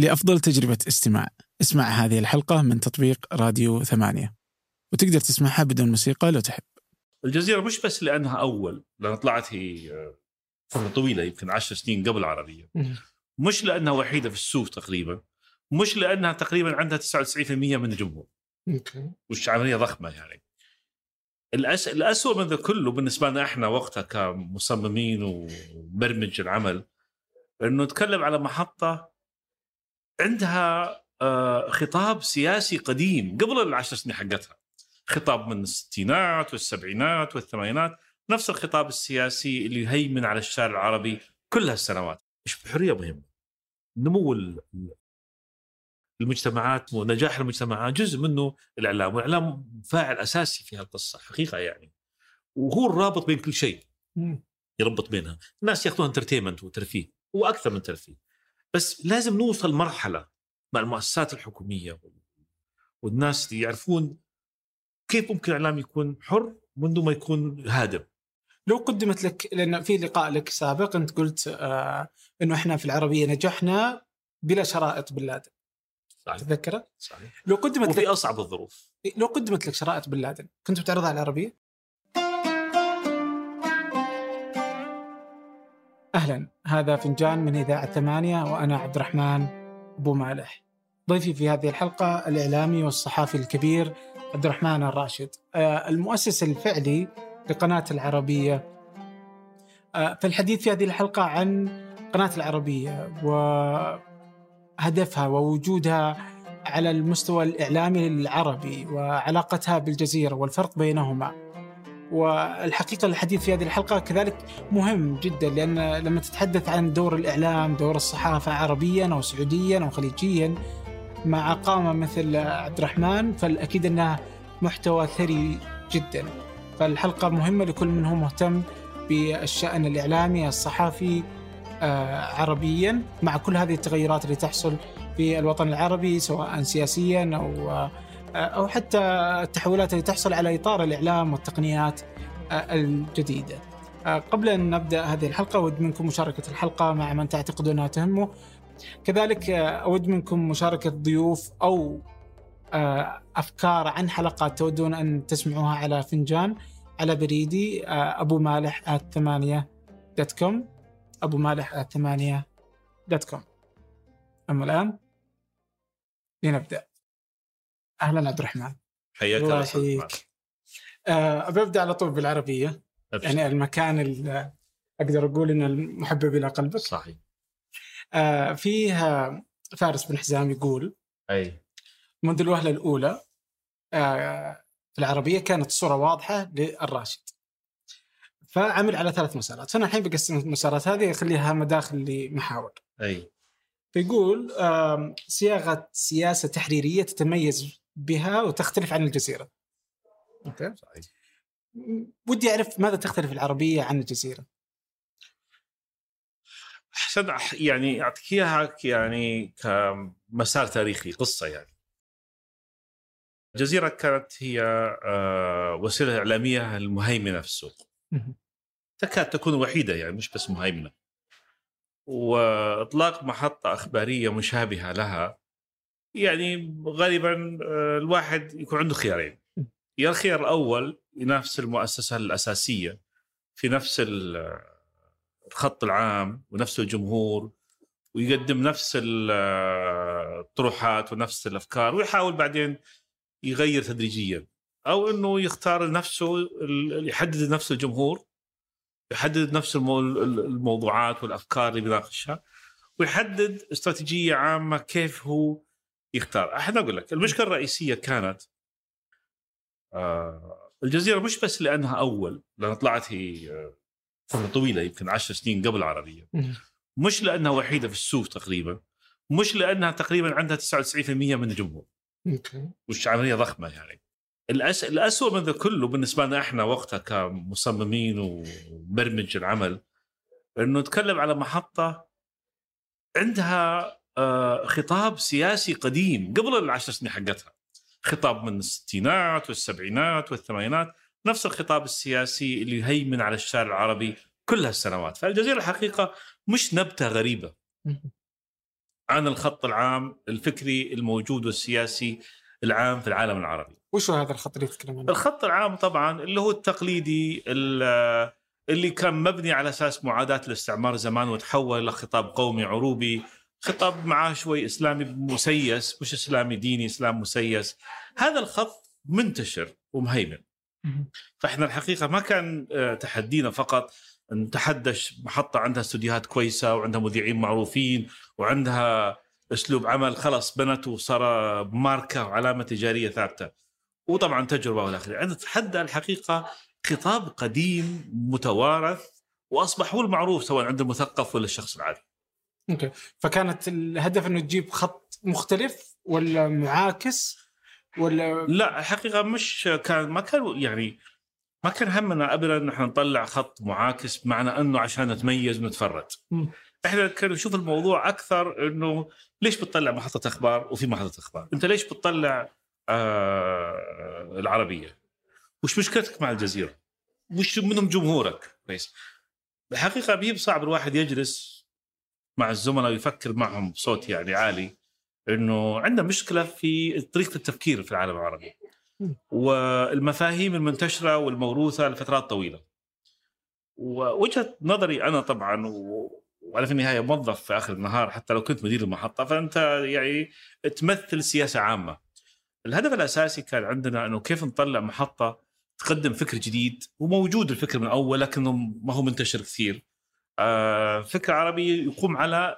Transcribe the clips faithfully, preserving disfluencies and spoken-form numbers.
لأفضل تجربة استماع. اسمع هذه الحلقة من تطبيق راديو ثمانية، وتقدر تسمعها بدون موسيقى لو تحب. الجزيرة مش بس لأنها أول، لأن طلعت هي فترة طويلة يمكن عشر سنين قبل العربية، مش لأنها وحيدة في السوق تقريبا، مش لأنها تقريبا عندها تسعة وتسعين بالمئة من الجمهور، وش عملية ضخمة يعني. الأس... الأسوأ من ذا كله بالنسبة لنا إحنا وقتها كمصممين ومبرمج العمل، إنه نتكلم على محطة عندها خطاب سياسي قديم قبل العشر سنين حقتها، خطاب من الستينات والسبعينات والثمانينات، نفس الخطاب السياسي اللي يهيمن على الشارع العربي كل هالسنوات. مش بحرية مهمة، نمو المجتمعات ونجاح المجتمعات جزء منه الإعلام، والإعلام فاعل أساسي في هالقصة حقيقة يعني، وهو الرابط بين كل شيء، يربط بينها. الناس يأخذوها انترتينمنت وترفيه وأكثر من ترفيه، بس لازم نوصل مرحلة مع المؤسسات الحكومية والناس اللي يعرفون كيف ممكن الإعلام يكون حر منذ ما يكون هادم. لو قدمت لك، لأن في لقاء لك سابق أنت قلت آه إنه إحنا في العربية نجحنا بلا شرائط بن لادن، تذكره؟ صحيح. لو قدمت وفي لك أصعب الظروف، لو قدمت لك شرائط بن لادن كنت بتعرضها على العربية؟ أهلا، هذا فنجان من إذاعة ثمانية، وأنا عبد الرحمن أبو مالح. ضيفي في هذه الحلقة الإعلامي والصحافي الكبير عبد الرحمن الراشد، المؤسس الفعلي لقناة العربية. في الحديث في هذه الحلقة عن قناة العربية وهدفها ووجودها على المستوى الإعلامي العربي وعلاقتها بالجزيرة والفرق بينهما. والحقيقة الحديث في هذه الحلقة كذلك مهم جدا، لأن لما تتحدث عن دور الإعلام، دور الصحافة عربيا أو سعوديا أو خليجيا مع قامة مثل عبد الرحمن، فالأكيد أنها محتوى ثري جدا. فالحلقة مهمة لكل من هو مهتم بالشأن الإعلامي الصحافي عربيا، مع كل هذه التغيرات اللي تحصل في الوطن العربي سواء سياسيا أو أو حتى التحولات اللي تحصل على إطار الإعلام والتقنيات الجديدة. قبل أن نبدأ هذه الحلقة أود منكم مشاركة الحلقة مع من تعتقدون أنها تهمه. كذلك أود منكم مشاركة ضيوف أو أفكار عن حلقات تودون أن تسمعوها على فنجان على بريدي أبو مالح آت ثمانية دوت كوم أبو مالح آت ثمانية دوت كوم. أما الآن لنبدأ. أهلا عبد الرحمن. حياك الله يحييك. أبي أبدأ على طول بالعربية، أبشر. يعني المكان اللي أقدر أقول إن المحبب إلى قلبك. صحيح. آه فيها فارس بن حزام يقول أي منذ الوهلة الأولى آه في العربية كانت الصورة واضحة للراشد، فعمل على ثلاث مسارات. فأنا الحين بقسم المسارات هذه أخليها مداخل لمحاور. أي فيقول آه صياغة سياسة تحريرية تتميز بها وتختلف عن الجزيرة. أوكي. صحيح. ودي أعرف ماذا تختلف العربية عن الجزيرة؟ أحسن يعني أعطيك إياها يعني كمسار تاريخي، قصة يعني. الجزيرة كانت هي وسيلة إعلامية المهيمنة في السوق، تكاد تكون وحيدة يعني، مش بس مهيمنة، وإطلاق محطة أخبارية مشابهة لها يعني غالبا الواحد يكون عنده خيارين. يا الخيار الأول ينافس المؤسسة الأساسية في نفس الخط العام ونفس الجمهور، ويقدم نفس الطروحات ونفس الأفكار، ويحاول بعدين يغير تدريجيا، أو أنه يختار لنفسه، يحدد نفس الجمهور، يحدد نفس الموضوعات والأفكار اللي بيناقشها، ويحدد استراتيجية عامة كيف هو يختار. أحد أقول لك المشكلة الرئيسية كانت آه الجزيرة مش بس لأنها أول، لأن طلعت هي فترة طويلة يمكن عشر سنين قبل العربية، مش لأنها وحيدة في السوق تقريبا، مش لأنها تقريبا عندها تسعة وتسعين بالمئة من الجمهور، وش عملية ضخمة يعني. الأس... الأسوأ من ذا كله بالنسبة لنا إحنا وقتها كمصممين ومبرمج العمل، إنه نتكلم على محطة عندها آه خطاب سياسي قديم قبل العشر سنين حقتها، خطاب من الستينات والسبعينات والثمانينات، نفس الخطاب السياسي اللي يهيمن على الشارع العربي كل هالسنوات. فالجزيرة الحقيقة مش نبتة غريبة عن الخط العام الفكري الموجود والسياسي العام في العالم العربي. وش هو هذا الخط اللي تتكلم عنه؟ الخط العام طبعا اللي هو التقليدي اللي كان مبني على أساس معاداة الاستعمار زمان وتحول إلى خطاب قومي عروبي، خطاب معاه شوي إسلامي مسيس، مش إسلامي ديني، إسلام مسيس. هذا الخط منتشر ومهيمن. فإحنا الحقيقة ما كان تحدينا فقط نتحدث محطة عندها استوديوهات كويسة وعندها مذيعين معروفين وعندها أسلوب عمل خلص بنت وصار ماركة وعلامة تجارية ثابتة وطبعا تجربة والآخر. عندنا تحدى الحقيقة خطاب قديم متوارث وأصبح هو المعروف سواء عند المثقف ولا الشخص العادي. أوكي. فكانت الهدف أنه تجيب خط مختلف ولا معاكس ولا؟ لا الحقيقة مش كان ما كان يعني ما كان همنا أبدا أن احنا نطلع خط معاكس بمعنى أنه عشان نتميز ونتفرد. م. احنا كنا نشوف الموضوع أكثر أنه ليش بتطلع محطة أخبار وفي محطة أخبار؟ أنت ليش بتطلع آه العربية؟ وش مشكلتك مع الجزيرة؟ وش منهم جمهورك؟ كويس. الحقيقة بيب صعب الواحد يجلس مع الزملاء ويفكر معهم بصوت يعني عالي أنه عندنا مشكلة في طريقة التفكير في العالم العربي والمفاهيم المنتشرة والموروثة لفترات طويلة. ووجهة نظري أنا طبعا و... وأنا في النهاية موظف في آخر النهار حتى لو كنت مدير المحطة، فأنت يعني تمثل سياسة عامة. الهدف الأساسي كان عندنا أنه كيف نطلع محطة تقدم فكر جديد وموجود الفكر من أول لكنه ما هو منتشر كثير. آه فكر عربي يقوم على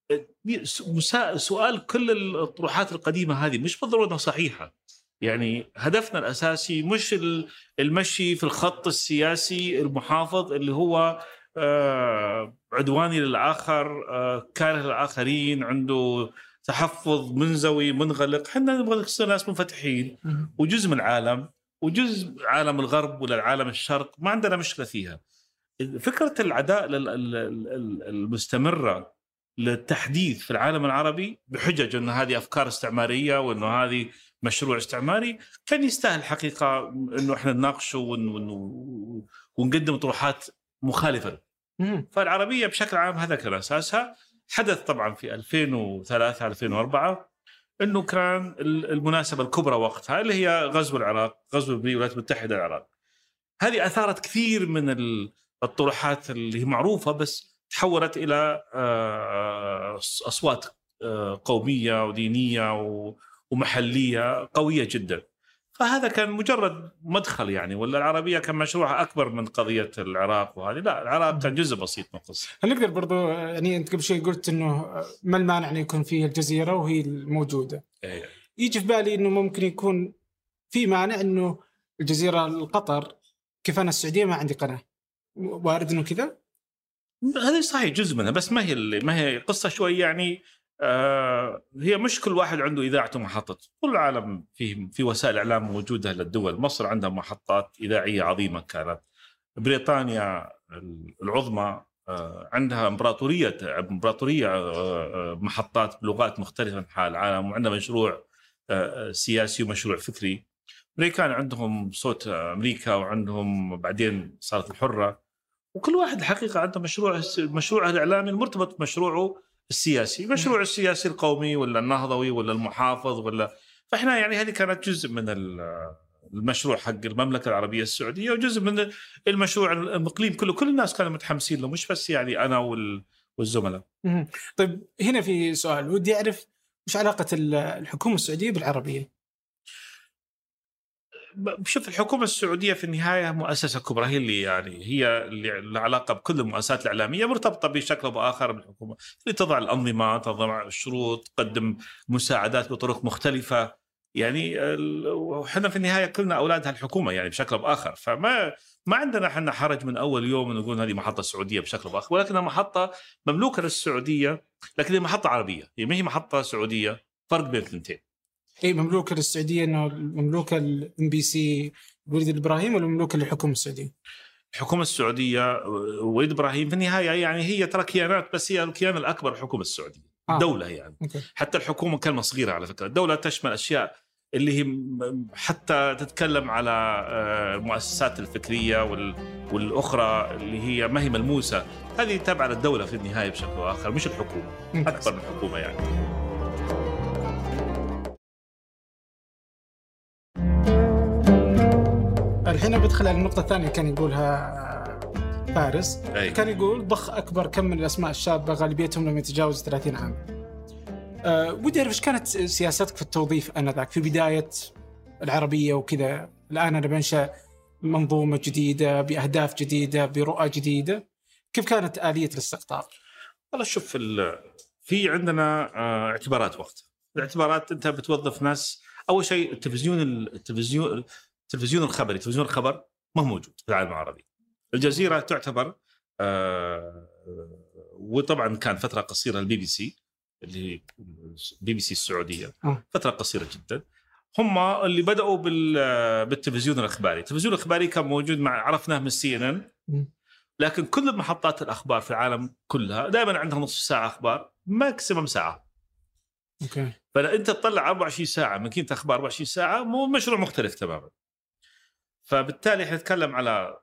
سؤال كل الطروحات القديمة هذه مش بالضرورة صحيحة. يعني هدفنا الأساسي مش المشي في الخط السياسي المحافظ اللي هو آه عدواني للآخر، آه كاره للآخرين، عنده تحفظ منزوي منغلق. حنا نبغى نصير ناس منفتحين وجزء من العالم وجزء عالم الغرب ولا العالم الشرق، ما عندنا مشكلة فيها. فكرة العداء المستمرة للتحديث في العالم العربي بحجج أن هذه أفكار استعمارية وأنه هذه مشروع استعماري كان يستاهل حقيقة أنه إحنا نناقشه ون... ونقدم طروحات مخالفة. فالعربية بشكل عام هذا كان أساسها. حدث طبعا في ألفين وثلاثة ألفين وأربعة أنه كان المناسبة الكبرى وقتها اللي هي غزو العراق، غزو الولايات المتحدة العراق. هذه أثارت كثير من الطروحات اللي هي معروفة بس تحولت إلى أصوات قومية ودينية ومحلية قوية جدا. فهذا كان مجرد مدخل يعني، ولا العربية كان مشروعها أكبر من قضية العراق وهذه لا، العراق كان جزء بسيط من القصة. هل نقدر برضو يعني أنت قبل شوي قلت إنه ما المانع أن يكون فيه الجزيرة وهي الموجودة؟ أيه. يجي في بالي إنه ممكن يكون في مانع إنه الجزيرة القطر كيف أنا السعودية ما عندي قناة، وارد إنه كذا؟ هذا صحيح جزء منها بس ما هي ما هي قصة شوي يعني. آه هي مش كل واحد عنده إذاعته محطة. كل العالم فيه في وسائل إعلام موجودة للدول. مصر عندها محطات إذاعية عظيمة كانت. بريطانيا العظمى آه عندها إمبراطورية إمبراطورية آه محطات بلغات مختلفة من حال العالم، وعندها مشروع آه سياسي ومشروع فكري. أمريكان عندهم صوت أمريكا وعندهم بعدين صارت الحرة. وكل واحد الحقيقة عنده مشروع مشروعه الإعلامي المرتبط بمشروعه السياسي، مشروع السياسي القومي ولا النهضوي ولا المحافظ ولا. فإحنا يعني هذه كانت جزء من المشروع حق المملكة العربية السعودية وجزء من المشروع المقليم كله. كل الناس كانوا متحمسين له مش بس يعني أنا والزملاء. طيب هنا في سؤال ودي أعرف مش علاقة الحكومة السعودية بالعربية؟ شوف الحكومة السعودية في النهاية مؤسسة كبرى، هي اللي يعني هي اللي العلاقة بكل المؤسسات الإعلامية مرتبطة بشكل أو بآخر بالحكومة، اللي تضع الأنظمة، تضع الشروط، تقدم مساعدات بطرق مختلفة. يعني وحنا في النهاية كلنا أولاد هالحكومة يعني بشكل أو بآخر. فما ما عندنا حنا حرج من أول يوم نقول هذه محطة سعودية بشكل أو بآخر، ولكنها محطة مملوكة للسعودية، لكن هي محطة عربية، هي ما هي محطة سعودية. فرق بين الاثنين. اي مملوكه للسعوديه انه مملوكه الام بي سي وليد الابراهيم ولا مملوكه للحكومه السعوديه؟ الحكومه السعوديه وليد ابراهيم في النهايه يعني هي ترى كيانات، بس هي الكيان الاكبر الحكومه السعوديه. آه. الدوله يعني. أوكي. حتى الحكومه كلمه صغيره على فكره. الدوله تشمل اشياء اللي هي حتى تتكلم على المؤسسات الفكرية والأخرى اللي هي ما هي ملموسة، هذه تابعة للدولة في النهاية بشكل آخر، مش الحكومة، أكبر من الحكومة يعني. الحين بدخل على النقطة الثانية كان يقولها فارس. أي. كان يقول ضخ أكبر كم من الأسماء الشابة غالبيتهم لم يتجاوز ثلاثين عام. أه ودي أعرف إيش كانت سياستك في التوظيف آنذاك في بداية العربية وكذا؟ الآن أنا بنشأ منظومة جديدة بأهداف جديدة برؤى جديدة، كيف كانت آلية الاستقطاب؟ والله شوف، في عندنا اعتبارات وقت. الاعتبارات أنت بتوظف ناس. أول شيء التلفزيون التلفزيون التلفزيون الخبري، تلفزيون الخبر ما هو موجود في العالم العربي. الجزيرة تعتبر آه وطبعا كان فترة قصيرة البي بي سي اللي بي بي سي السعودية، فترة قصيرة جدا، هم اللي بدأوا بالتلفزيون الإخباري. التلفزيون الإخباري كان موجود مع عرفناه من سي إن إن، لكن كل محطات الأخبار في العالم كلها دائما عندها نصف ساعة أخبار، ماكسيمم ساعة. أوكي. فأنت تطلع أربعة وعشرين ساعة من كنت أخبار أربعة وعشرين ساعة، مو مشروع مختلف تماما. فبالتالي احنا نتكلم على،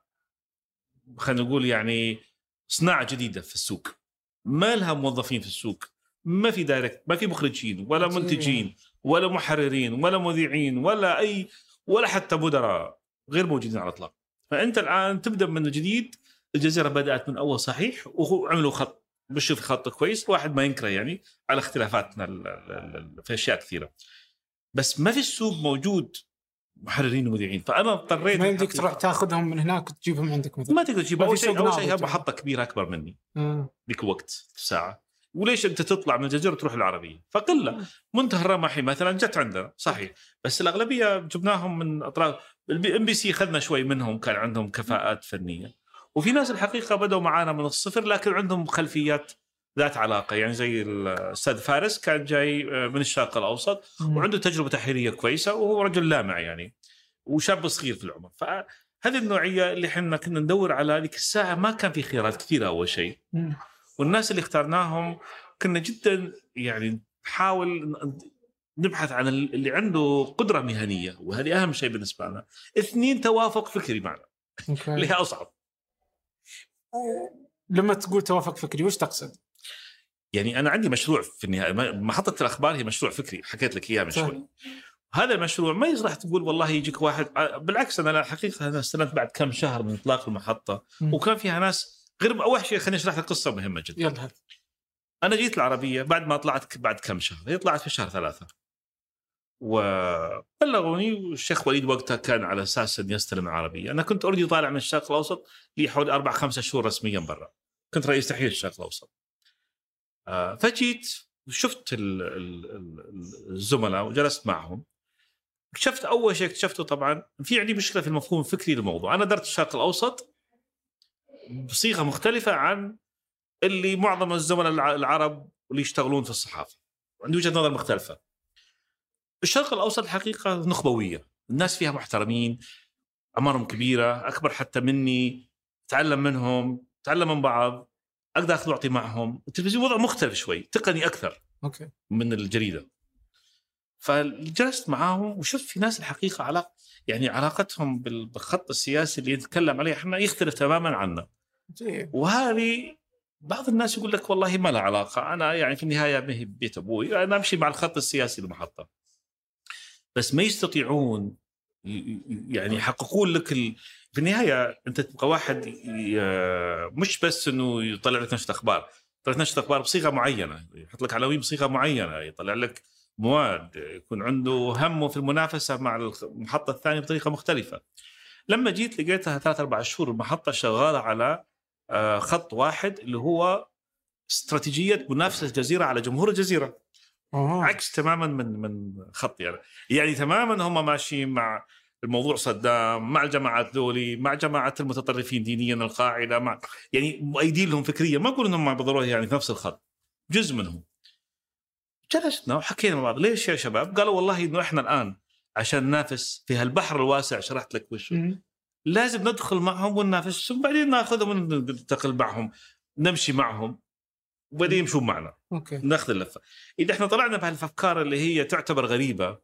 خلينا نقول يعني صناعة جديدة في السوق، ما لها موظفين في السوق، ما في دايركت، ما في مخرجين ولا منتجين ولا محررين ولا مذيعين ولا أي ولا حتى مدراء، غير موجودين على الإطلاق. فأنت الآن تبدأ من الجديد. الجزيرة بدأت من أول صحيح، وعملوا خط، بشوف خط كويس، واحد ما ينكره يعني على اختلافاتنا في أشياء كثيرة، بس ما في السوق موجود محررين ومذيعين. فأنا اضطريت، ما يمديك تروح تاخذهم من هناك وتجيبهم عندك مثلا، ما تقدر تجيبهم. أول شيء أول شيء يعني. محطة كبيرة أكبر مني آه. ذيك الوقت ساعة، وليش أنت تطلع من الجزيرة تروح العربية؟ فقلة منتهى الرمحي مثلا جت عندنا صحيح، بس الأغلبية جبناهم من أطراف الام بي سي، خذنا شوي منهم كان عندهم كفاءات فنية، وفي ناس الحقيقة بدأوا معانا من الصفر لكن عندهم خلفيات ذات علاقة، يعني زي الأستاذ فارس كان جاي من الشرق الأوسط وعنده تجربة تحريرية كويسة، وهو رجل لامع يعني وشاب صغير في العمر. فهذه النوعية اللي احنا كنا ندور على ذيك الساعة، ما كان في خيارات كثيرة أول شيء، والناس اللي اخترناهم كنا جدا يعني نحاول نبحث عن اللي عنده قدرة مهنية، وهذه أهم شيء بالنسبة لنا. اثنين، توافق فكري معنا اللي هي أصعب. لما تقول توافق فكري وش تقصد؟ يعني أنا عندي مشروع في النهاية، محطة الأخبار هي مشروع فكري حكيت لك إياه من شوي. هذا المشروع ما يصلح تقول والله يجيك واحد، بالعكس أنا الحقيقة أنا استلمت بعد كم شهر من إطلاق المحطة م. وكان فيها ناس غير. أول شيء خليني أشرح لك قصة مهمة جدا. يلا. أنا جيت العربية بعد ما طلعت بعد كم شهر، هي طلعت في شهر ثلاثة، وبلغوني والشيخ وليد وقتها كان على أساس أن يستلم العربية. أنا كنت أريد طالع من الشرق الأوسط لي حوالي أربع خمسة شهور رسميا برا، كنت رئيس تحرير الشرق الأوسط. آه فجيت وشفت الزملاء وجلست معهم، اكتشفت أول شيء اكتشفته طبعا في عندي مشكلة في المفهوم الفكري للموضوع. أنا درت الشرق الأوسط بصيغة مختلفة عن اللي معظم الزملاء العرب اللي يشتغلون في الصحافة، وعندي وجهة نظر مختلفة. الشرق الأوسط الحقيقة نخبوية، الناس فيها محترمين، أعمارهم كبيرة، أكبر حتى مني، تعلم منهم، تعلم من بعض، أقدر أخذ وأعطي معهم. التلفزيون وضع مختلف شوي، تقني أكثر أوكي. من الجريدة. فجلست معاهم وشفت في ناس الحقيقة علاقة يعني علاقتهم بالخط السياسي اللي يتكلم عليه احنا يختلف تماما عنا. وهذه بعض الناس يقول لك والله ما له علاقة، أنا يعني في النهاية ما هي بيت أبوي، أنا أمشي مع الخط السياسي للمحطة، بس ما يستطيعون يعني يحققون لك ال... في النهاية أنت تبقى واحد مش بس إنه يطلع لك نشرة أخبار، يطلع لك نشرة أخبار بصيغة معينة، يحط لك عناوين بصيغة معينة، يطلع لك مواد، يكون عنده همه في المنافسة مع المحطة الثانية بطريقة مختلفة. لما جيت لقيتها ثلاث أربع شهور المحطة شغالة على خط واحد اللي هو استراتيجية منافسة الجزيرة على جمهور الجزيرة. أوه. عكس تماما من من خط يعني يعني تماما هم ماشيين مع الموضوع صدام، مع الجماعات ذولي، مع جماعة المتطرفين دينيا القاعدة، مع يعني مؤيدين لهم فكريا، ما أقول إنهم بالضرورة يعني في نفس الخط، جزء منهم. جلسنا وحكينا مع بعض، ليش يا شباب؟ قالوا والله إنه إحنا الآن عشان ننافس في هالبحر الواسع، شرحت لك وش لازم ندخل معهم وننافس، وبعدين ناخذهم وننتقل معهم، نمشي معهم وبعدين يمشون معنا. أوكي. ناخذ اللفة. إذا إحنا طلعنا بهالأفكار اللي هي تعتبر غريبة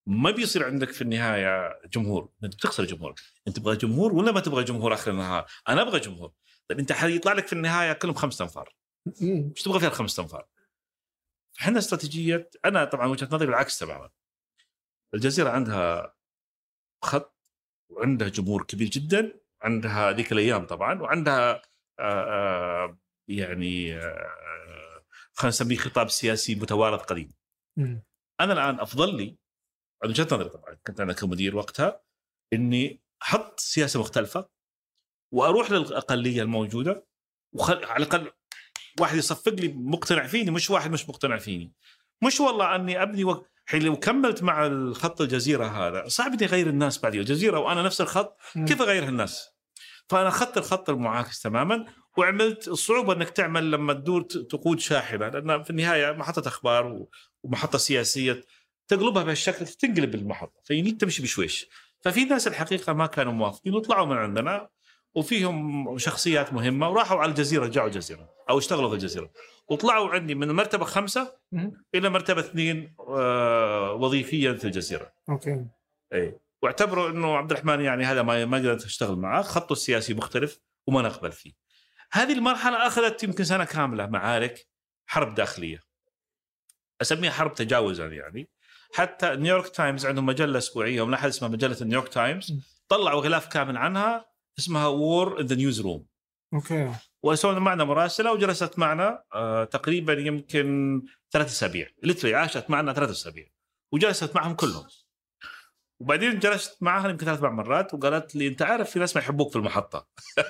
ما بيصير عندك في النهايه جمهور، انت بتخسر جمهور. انت تبغى جمهور ولا ما تبغى جمهور اخر النهار؟ انا ابغى جمهور. طيب انت حيطلع لك في النهايه كلهم خمس انفار، مش تبغى فيها الخمس انفار. احنا استراتيجيه، انا طبعا وجهه نظري بالعكس تماما. الجزيره عندها خط وعندها جمهور كبير جدا، عندها ذيك الايام طبعا، وعندها آآ آآ يعني خلينا نسميه خطاب سياسي متوارث قديم. م. انا الان افضل لي على وجهه نظري طبعا، كنت انا كمدير وقتها، اني احط سياسه مختلفه واروح للاقليه الموجوده، وخل... على الاقل واحد يصفق لي مقتنع فيني، مش واحد مش مقتنع فيني. مش والله اني ابني وقت حين لو كملت مع الخط الجزيره هذا صعب اني اغير الناس بعد الجزيره وانا نفس الخط، كيف اغير الناس؟ فانا اخذت الخط المعاكس تماما، وعملت الصعوبه انك تعمل لما تدور تقود شاحنه، لان في النهايه محطه اخبار ومحطه سياسيه تقلبها بهالشكل تنقلب المحطه، فيني تمشي بشويش. ففي ناس الحقيقه ما كانوا موافقين وطلعوا من عندنا، وفيهم شخصيات مهمه وراحوا على الجزيره، جاءوا الجزيره او اشتغلوا في الجزيره، وطلعوا عندي من مرتبه خمسة الى مرتبه اثنين وظيفيا في الجزيره. اوكي. اي، واعتبروا انه عبد الرحمن يعني هذا ما ما قدرت اشتغل معه، خطه السياسي مختلف وما نقبل فيه. هذه المرحله اخذت يمكن سنه كامله معارك، حرب داخليه اسميها حرب تجاوزا يعني. حتى نيويورك تايمز عندهم مجله اسبوعيه وملاحظ اسمها مجله نيويورك تايمز، طلعوا غلاف كامل عنها اسمها وور ان ذا نيوز روم. اوكي. وسووا معنا مراسله وجلست معنا آه تقريبا يمكن ثلاث اسابيع، لتري عاشت معنا ثلاث اسابيع وجلست معهم كلهم. وبعدين جلست معها يمكن ثلاث مرات وقالت لي انت عارف في ناس ما يحبوك في المحطه.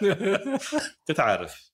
كنت عارف،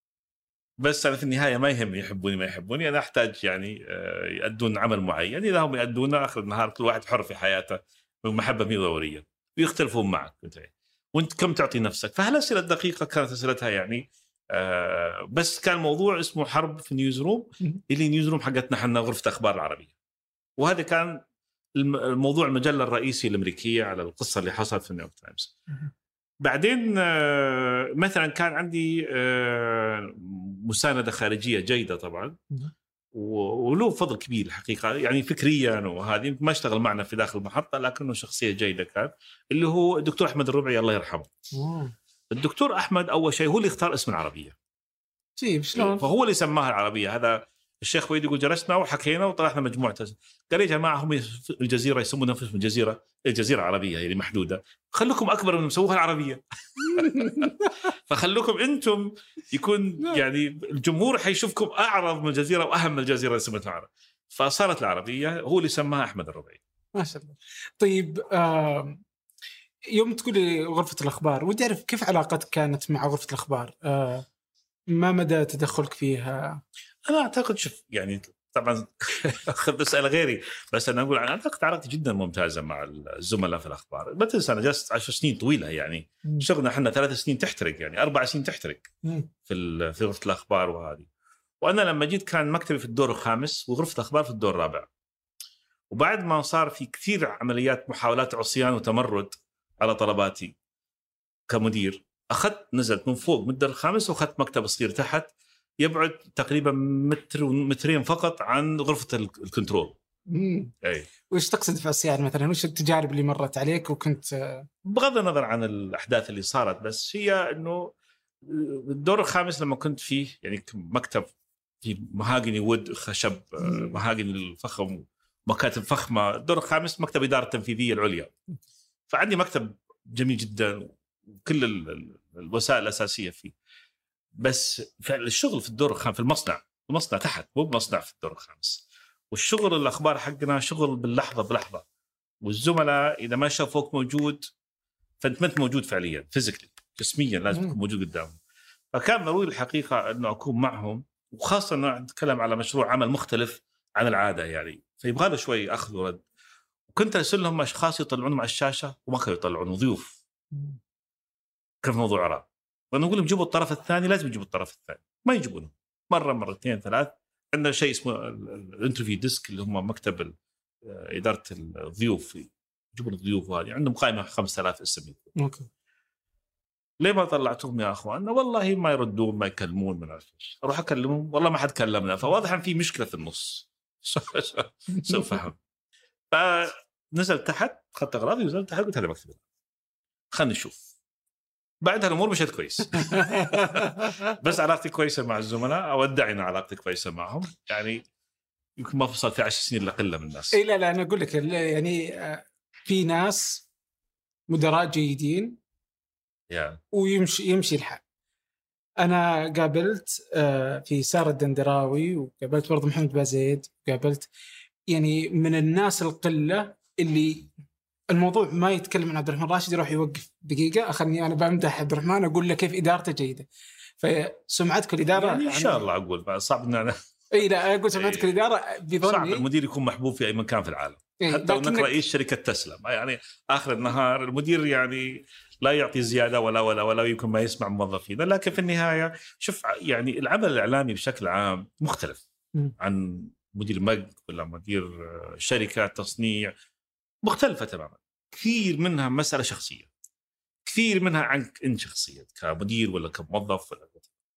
بس انا في النهايه ما يهم يحبوني ما يحبوني، انا احتاج يعني يؤدون عمل معين، اذا هم يؤدون اخر النهار كل واحد حر في حياته، والمحبه مي ضروريه، ويختلفون معك وانت كم تعطي نفسك. فهالاسئله الدقيقه كانت اسئلتها يعني آه بس كان موضوع اسمه حرب في نيوز روم، اللي نيوز روم حقتنا احنا غرفه اخبار العربيه. وهذا كان الموضوع المجله الرئيسي الامريكيه على القصه اللي حصلت في نيويورك تايمز. بعدين آه مثلا كان عندي آه مساندة خارجية جيدة طبعا، وله فضل كبير الحقيقة يعني فكريا، وهذه ما اشتغل معنا في داخل المحطة لكنه شخصية جيدة كان، اللي هو الدكتور أحمد الربعي الله يرحمه. الدكتور أحمد أول شيء هو اللي اختار اسم العربية، جيب شلون؟ فهو اللي سماها العربية. هذا الشيخ ويد يقول جلسنا وحكينا وطلعنا مجموعة، قال يا جماعة هم الجزيرة يسمون أنفسهم الجزيرة الجزيرة عربية يعني محدودة، خلوكم أكبر من مسووها العربية. فخلوكم أنتم يكون يعني الجمهور حيشوفكم أعرض من الجزيرة وأهم من الجزيرة اسمها العرب، فصارت العربية. هو اللي سماها أحمد الربعي. ما شاء الله. طيب آه يوم تقولي غرفة الأخبار، ودي أعرف كيف علاقتك كانت مع غرفة الأخبار؟ آه ما مدى تدخلك فيها؟ أنا أعتقد شوف يعني طبعا أخذ أسأل غيري، بس أنا أقول أنا أعتقد علاقتي جدا ممتازة مع الزملاء في الأخبار. ما تنسى أنا جلست عشر سنين طويلة يعني، شغلنا إحنا ثلاث سنين تحترق يعني أربع سنين تحترق في في غرفة الأخبار وهذه. وأنا لما جيت كان مكتبي في الدور الخامس وغرفة الأخبار في الدور الرابع، وبعد ما صار في كثير عمليات محاولات عصيان وتمرد على طلباتي كمدير، أخذت نزلت من فوق من الدور الخامس وأخذت مكتب صغير تحت يبعد تقريبا متر ومترين فقط عن غرفة الكنترول. أي. وإيش تقصد في عصيان مثلا؟ وإيش التجارب اللي مرت عليك وكنت بغض النظر عن الأحداث اللي صارت، بس هي إنه الدور الخامس لما كنت فيه يعني مكتب في مهاجني ود خشب مهاجني الفخم مكاتب فخمة. الدور الخامس مكتب إدارة التنفيذية العليا، فعندي مكتب جميل جدا وكل الوسائل الأساسية فيه. بس الشغل في الدور الخامس في المصنع المصنع تحت مو بمصنع في الدور الخامس، والشغل الأخبار حقنا شغل باللحظة بلحظة، والزملاء إذا ما شافوك موجود فأنت ما أنت موجود فعليا فيزيكلي جسميا لازم تكون موجود قدامهم. فكان ضروري الحقيقة أنه أكون معهم، وخاصة أنه نتكلم على مشروع عمل مختلف عن العادة يعني، فيبغى له شوي أخذ ورد. وكنت أرسل لهم أشخاص يطلعونهم على الشاشة وما كانوا يطلعون ضيوف، كان موضوع عراق، وأنا أقول لهم جيبوا الطرف الثاني، لازم يجيبوا الطرف الثاني، ما يجيبونه مرة مرتين ثلاث. عندنا شيء اسمه الانترفيو ديسك اللي هم مكتب إدارة الضيوف، يجيبوا الضيوف وهذه عندهم قائمة خمسة آلاف اسم. أوكي. ليه ما طلعتهم يا أخوان؟ والله ما يردون ما يكلمون من عارفش. أروح أكلمهم والله ما حد كلمنا، فواضح أن في مشكلة في النص. سوف فهم. ف نزل تحت خط اغراضي ونزل تحت قلت هذا مكتبي خلينا نشوف. بعدها الامور مشت كويس. بس علاقتي كويسه مع الزملاء او ادعي ان علاقتي كويسه معهم يعني يمكن ما فصل في عشر سنين لقله من الناس. اي لا لا انا اقول لك يعني في ناس مدراء جيدين يعني. ويمشي يمشي الحال. انا قابلت في سارة الدندراوي وقابلت برضه محمد بازيد وقابلت يعني من الناس القله اللي الموضوع ما يتكلم عن عبد الرحمن راشد يروح يوقف دقيقه اخلني انا بمدح عبد الرحمن اقول له كيف ادارته جيده. فسمعتك الاداره يعني ان شاء الله اقول صعب ان انا اي لا اقول سمعتك الاداره بظني صعب المدير يكون محبوب في اي مكان في العالم. إيه حتى لو انك رئيس شركه تسلا يعني اخر النهار المدير يعني لا يعطي زياده ولا ولا ولا يمكن ما يسمع موظفين. لكن في النهايه شوف يعني العمل الاعلامي بشكل عام مختلف م. عن مدير مج ولا مدير شركه تصنيع، مختلفه تماما. كثير منها مساله شخصيه، كثير منها عنك انت شخصيا كمدير ولا كموظف ولا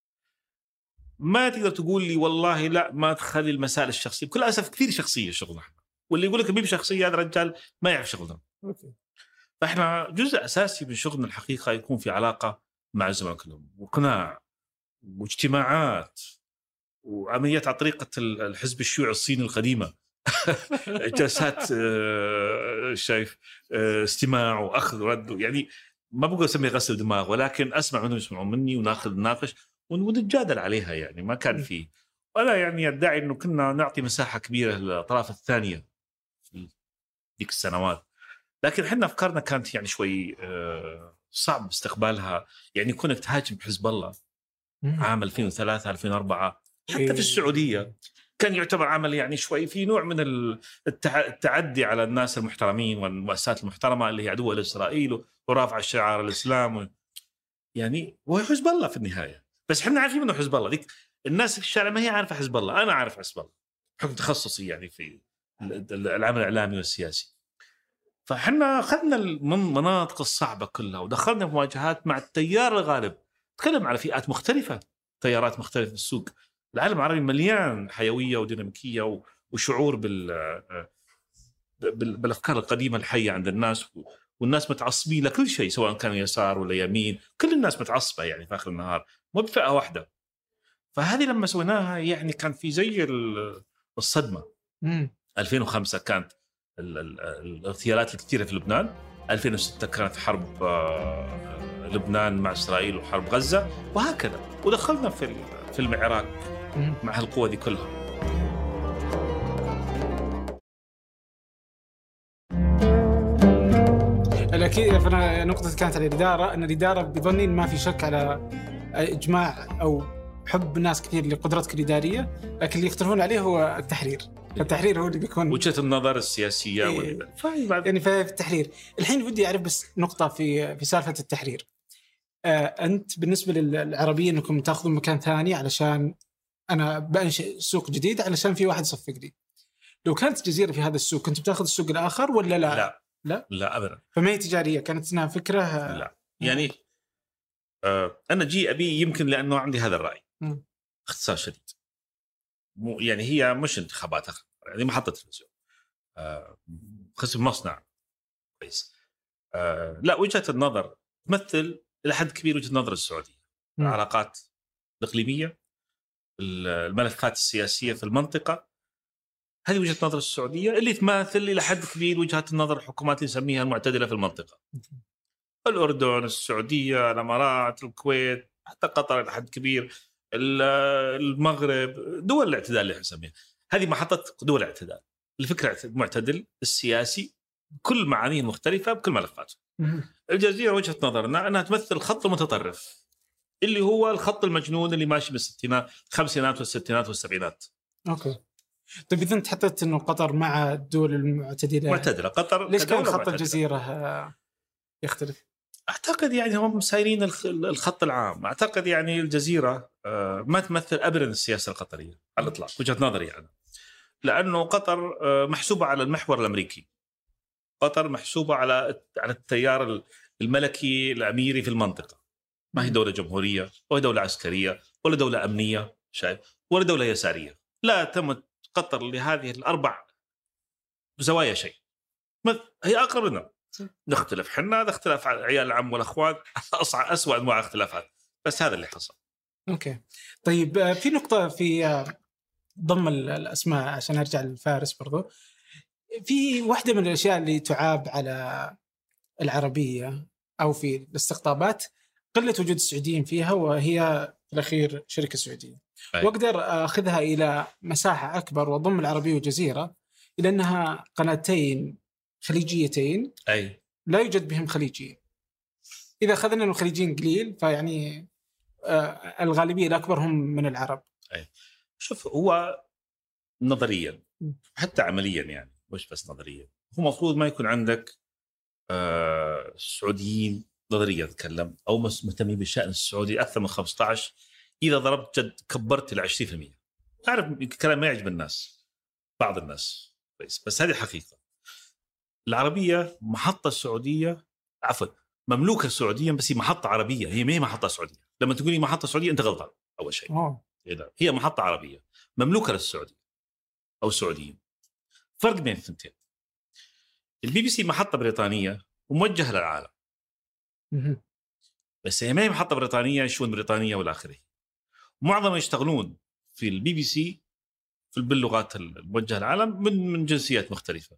ما تقدر تقول لي والله لا ما تخلي المسائل الشخصيه. بكل اسف كثير شخصيه شغلنا احنا، واللي يقول لك مين شخصيه هذا رجال ما يعرف شغلنا. أوكي. فاحنا جزء اساسي من شغلنا الحقيقه يكون في علاقه مع الزملاء كلهم وقناع واجتماعات وعمليات على طريقه الحزب الشيوعي الصيني القديمه. جلسات شايف استماع واخذ ورد، يعني ما بقول اسمي غسل دماغ ولكن اسمع منهم يسمعون مني وناخذ نناقش ونتجادل عليها. يعني ما كان فيه، ولا يعني ادعي انه كنا نعطي مساحه كبيره للاطراف الثانيه في ذيك السنوات، لكن احنا افكارنا كانت يعني شوي صعب استقبالها. يعني كونك تهاجم حزب الله عام ألفين وثلاثة ألفين وأربعة حتى في السعوديه كان يعتبر عمل يعني شوي في نوع من التعدي على الناس المحترمين والمؤسسات المحترمه اللي هي عدو لاسرائيل ورافع شعار الاسلام. يعني هو حزب الله في النهايه، بس احنا عارفين انه حزب الله. ذيك الناس في الشارع ما هي عارفه حزب الله، انا عارف حزب الله بحكم تخصصي يعني في العمل الاعلامي والسياسي. فاحنا اخذنا المناطق الصعبه كلها ودخلنا في مواجهات مع التيار الغالب. تكلم على فئات مختلفه، تيارات مختلفه في السوق. العالم العربي مليان حيويه وديناميكيه وشعور بال بالافكار القديمه الحيه عند الناس، والناس متعصبين لكل شيء سواء كان يسار ولا يمين. كل الناس متعصبه يعني في اخر النهار، مو بفئه واحده. فهذه لما سويناها يعني كان في زي الصدمه. مم. ألفين وخمسة كانت الاغتيالات الكثيره في لبنان، ألفين وستة كانت حرب لبنان مع اسرائيل وحرب غزه وهكذا، ودخلنا في في العراق مع هالقوه دي كلها. الأكيد. فأنا نقطة كانت على الإدارة، أن الإدارة بظني ما في شك على إجماع أو حب ناس كثير لقدرتك الإدارية، لكن اللي يختلفون عليه هو التحرير. التحرير هو اللي بيكون وجهة النظر السياسية إيه يعني في التحرير. الحين ودي أعرف بس نقطة في في سالفة التحرير. آه أنت بالنسبة للعربية أنكم تأخذون مكان ثاني علشان أنا بأنشئ سوق جديد علشان في واحد يصفق لي. لو كانت جزيرة في هذا السوق كنت بتأخذ السوق الآخر ولا لا؟ لا لا لا أبدا. فما هي تجارية، كانت إنها فكرة. لا يعني آه أنا جي أبي يمكن لأنه عندي هذا الرأي. م. اختصار شديد، مو يعني هي مش انتخابات أخرى، يعني محطة تلفزيون آه قسم مصنع كويس. آه لا وجهة النظر تمثل إلى حد كبير وجهة نظر السعودية. م. العلاقات الإقليمية، الملفات السياسية في المنطقة، هذه وجهة نظر السعودية اللي تماثل إلى حد كبير وجهة النظر الحكومات اللي نسميها المعتدلة في المنطقة. الأردن، السعودية، الإمارات، الكويت، حتى قطر إلى حد كبير، المغرب، دول الاعتدال اللي نسميها. هذه محطة دول الاعتدال. الفكرة المعتدل السياسي كل معانيه مختلفة بكل ملفاته. الجزيرة وجهة نظرنا أنها تمثل خط المتطرف اللي هو الخط المجنون اللي ماشي بالستينات خمسينات والستينات والسبعينات. أوكي. طيب إذا أنت حطيت إنه قطر مع الدول المعتدلة معتدلة قطر، ليش كان خط الجزيرة يختلف؟ أعتقد يعني هم مسايرين الخط العام. أعتقد يعني الجزيرة ما تمثل أبدا السياسة القطرية على الإطلاق وجهة نظري يعني. لأنه قطر محسوبة على المحور الأمريكي، قطر محسوبة على على التيار الملكي الأميري في المنطقة. ما هي دولة جمهورية ولا دولة عسكرية ولا دولة أمنية شايف ولا دولة يسارية. لا تمت قطر لهذه الأربع زوايا شيء. هي اقرب لنا، نختلف حنا، هذا اختلاف عيال العم والاخوان، اصعب اسوء انواع الاختلافات، بس هذا اللي حصل. اوكي طيب، في نقطه في ضم الاسماء عشان ارجع للفارس برضو، في واحده من الاشياء اللي تعاب على العربيه او في الاستقطابات قله وجود السعوديين فيها، وهي في الاخير شركه سعوديه. أي. واقدر اخذها الى مساحه اكبر واضم العربيه والجزيره الى انها قناتين خليجيتين اي لا يوجد بهم خليجيين. اذا اخذنا الخليجيين قليل، فيعني آه الغالبيه الاكبر هم من العرب. أي. شوف، هو نظريا حتى عمليا يعني مش بس نظريا، هو مفروض ما يكون عندك آه سعوديين نظريا اتكلم او مهتمين بالشأن السعودي اكثر من خمسة عشر. اذا ضربت جد كبرت ل عشرين بالمئة. اعرف الكلام ما يعجب الناس، بعض الناس، بس بس هذه حقيقه. العربيه محطه سعوديه، عفوا مملوكه سعوديا، بس هي محطه عربيه، هي ما هي محطه سعوديه. لما تقولي محطه سعوديه انت غلطان. اول شيء أوه. هي محطه عربيه مملوكه للسعوديه او السعوديين. فرق بين الثنتين. البي بي سي محطه بريطانيه وموجهه للعالم، بس هي ما هي محطه بريطانيه شؤون بريطانيه ولا اخره. معظم يشتغلون في البي بي سي في باللغات الموجهه للعالم من من جنسيات مختلفه.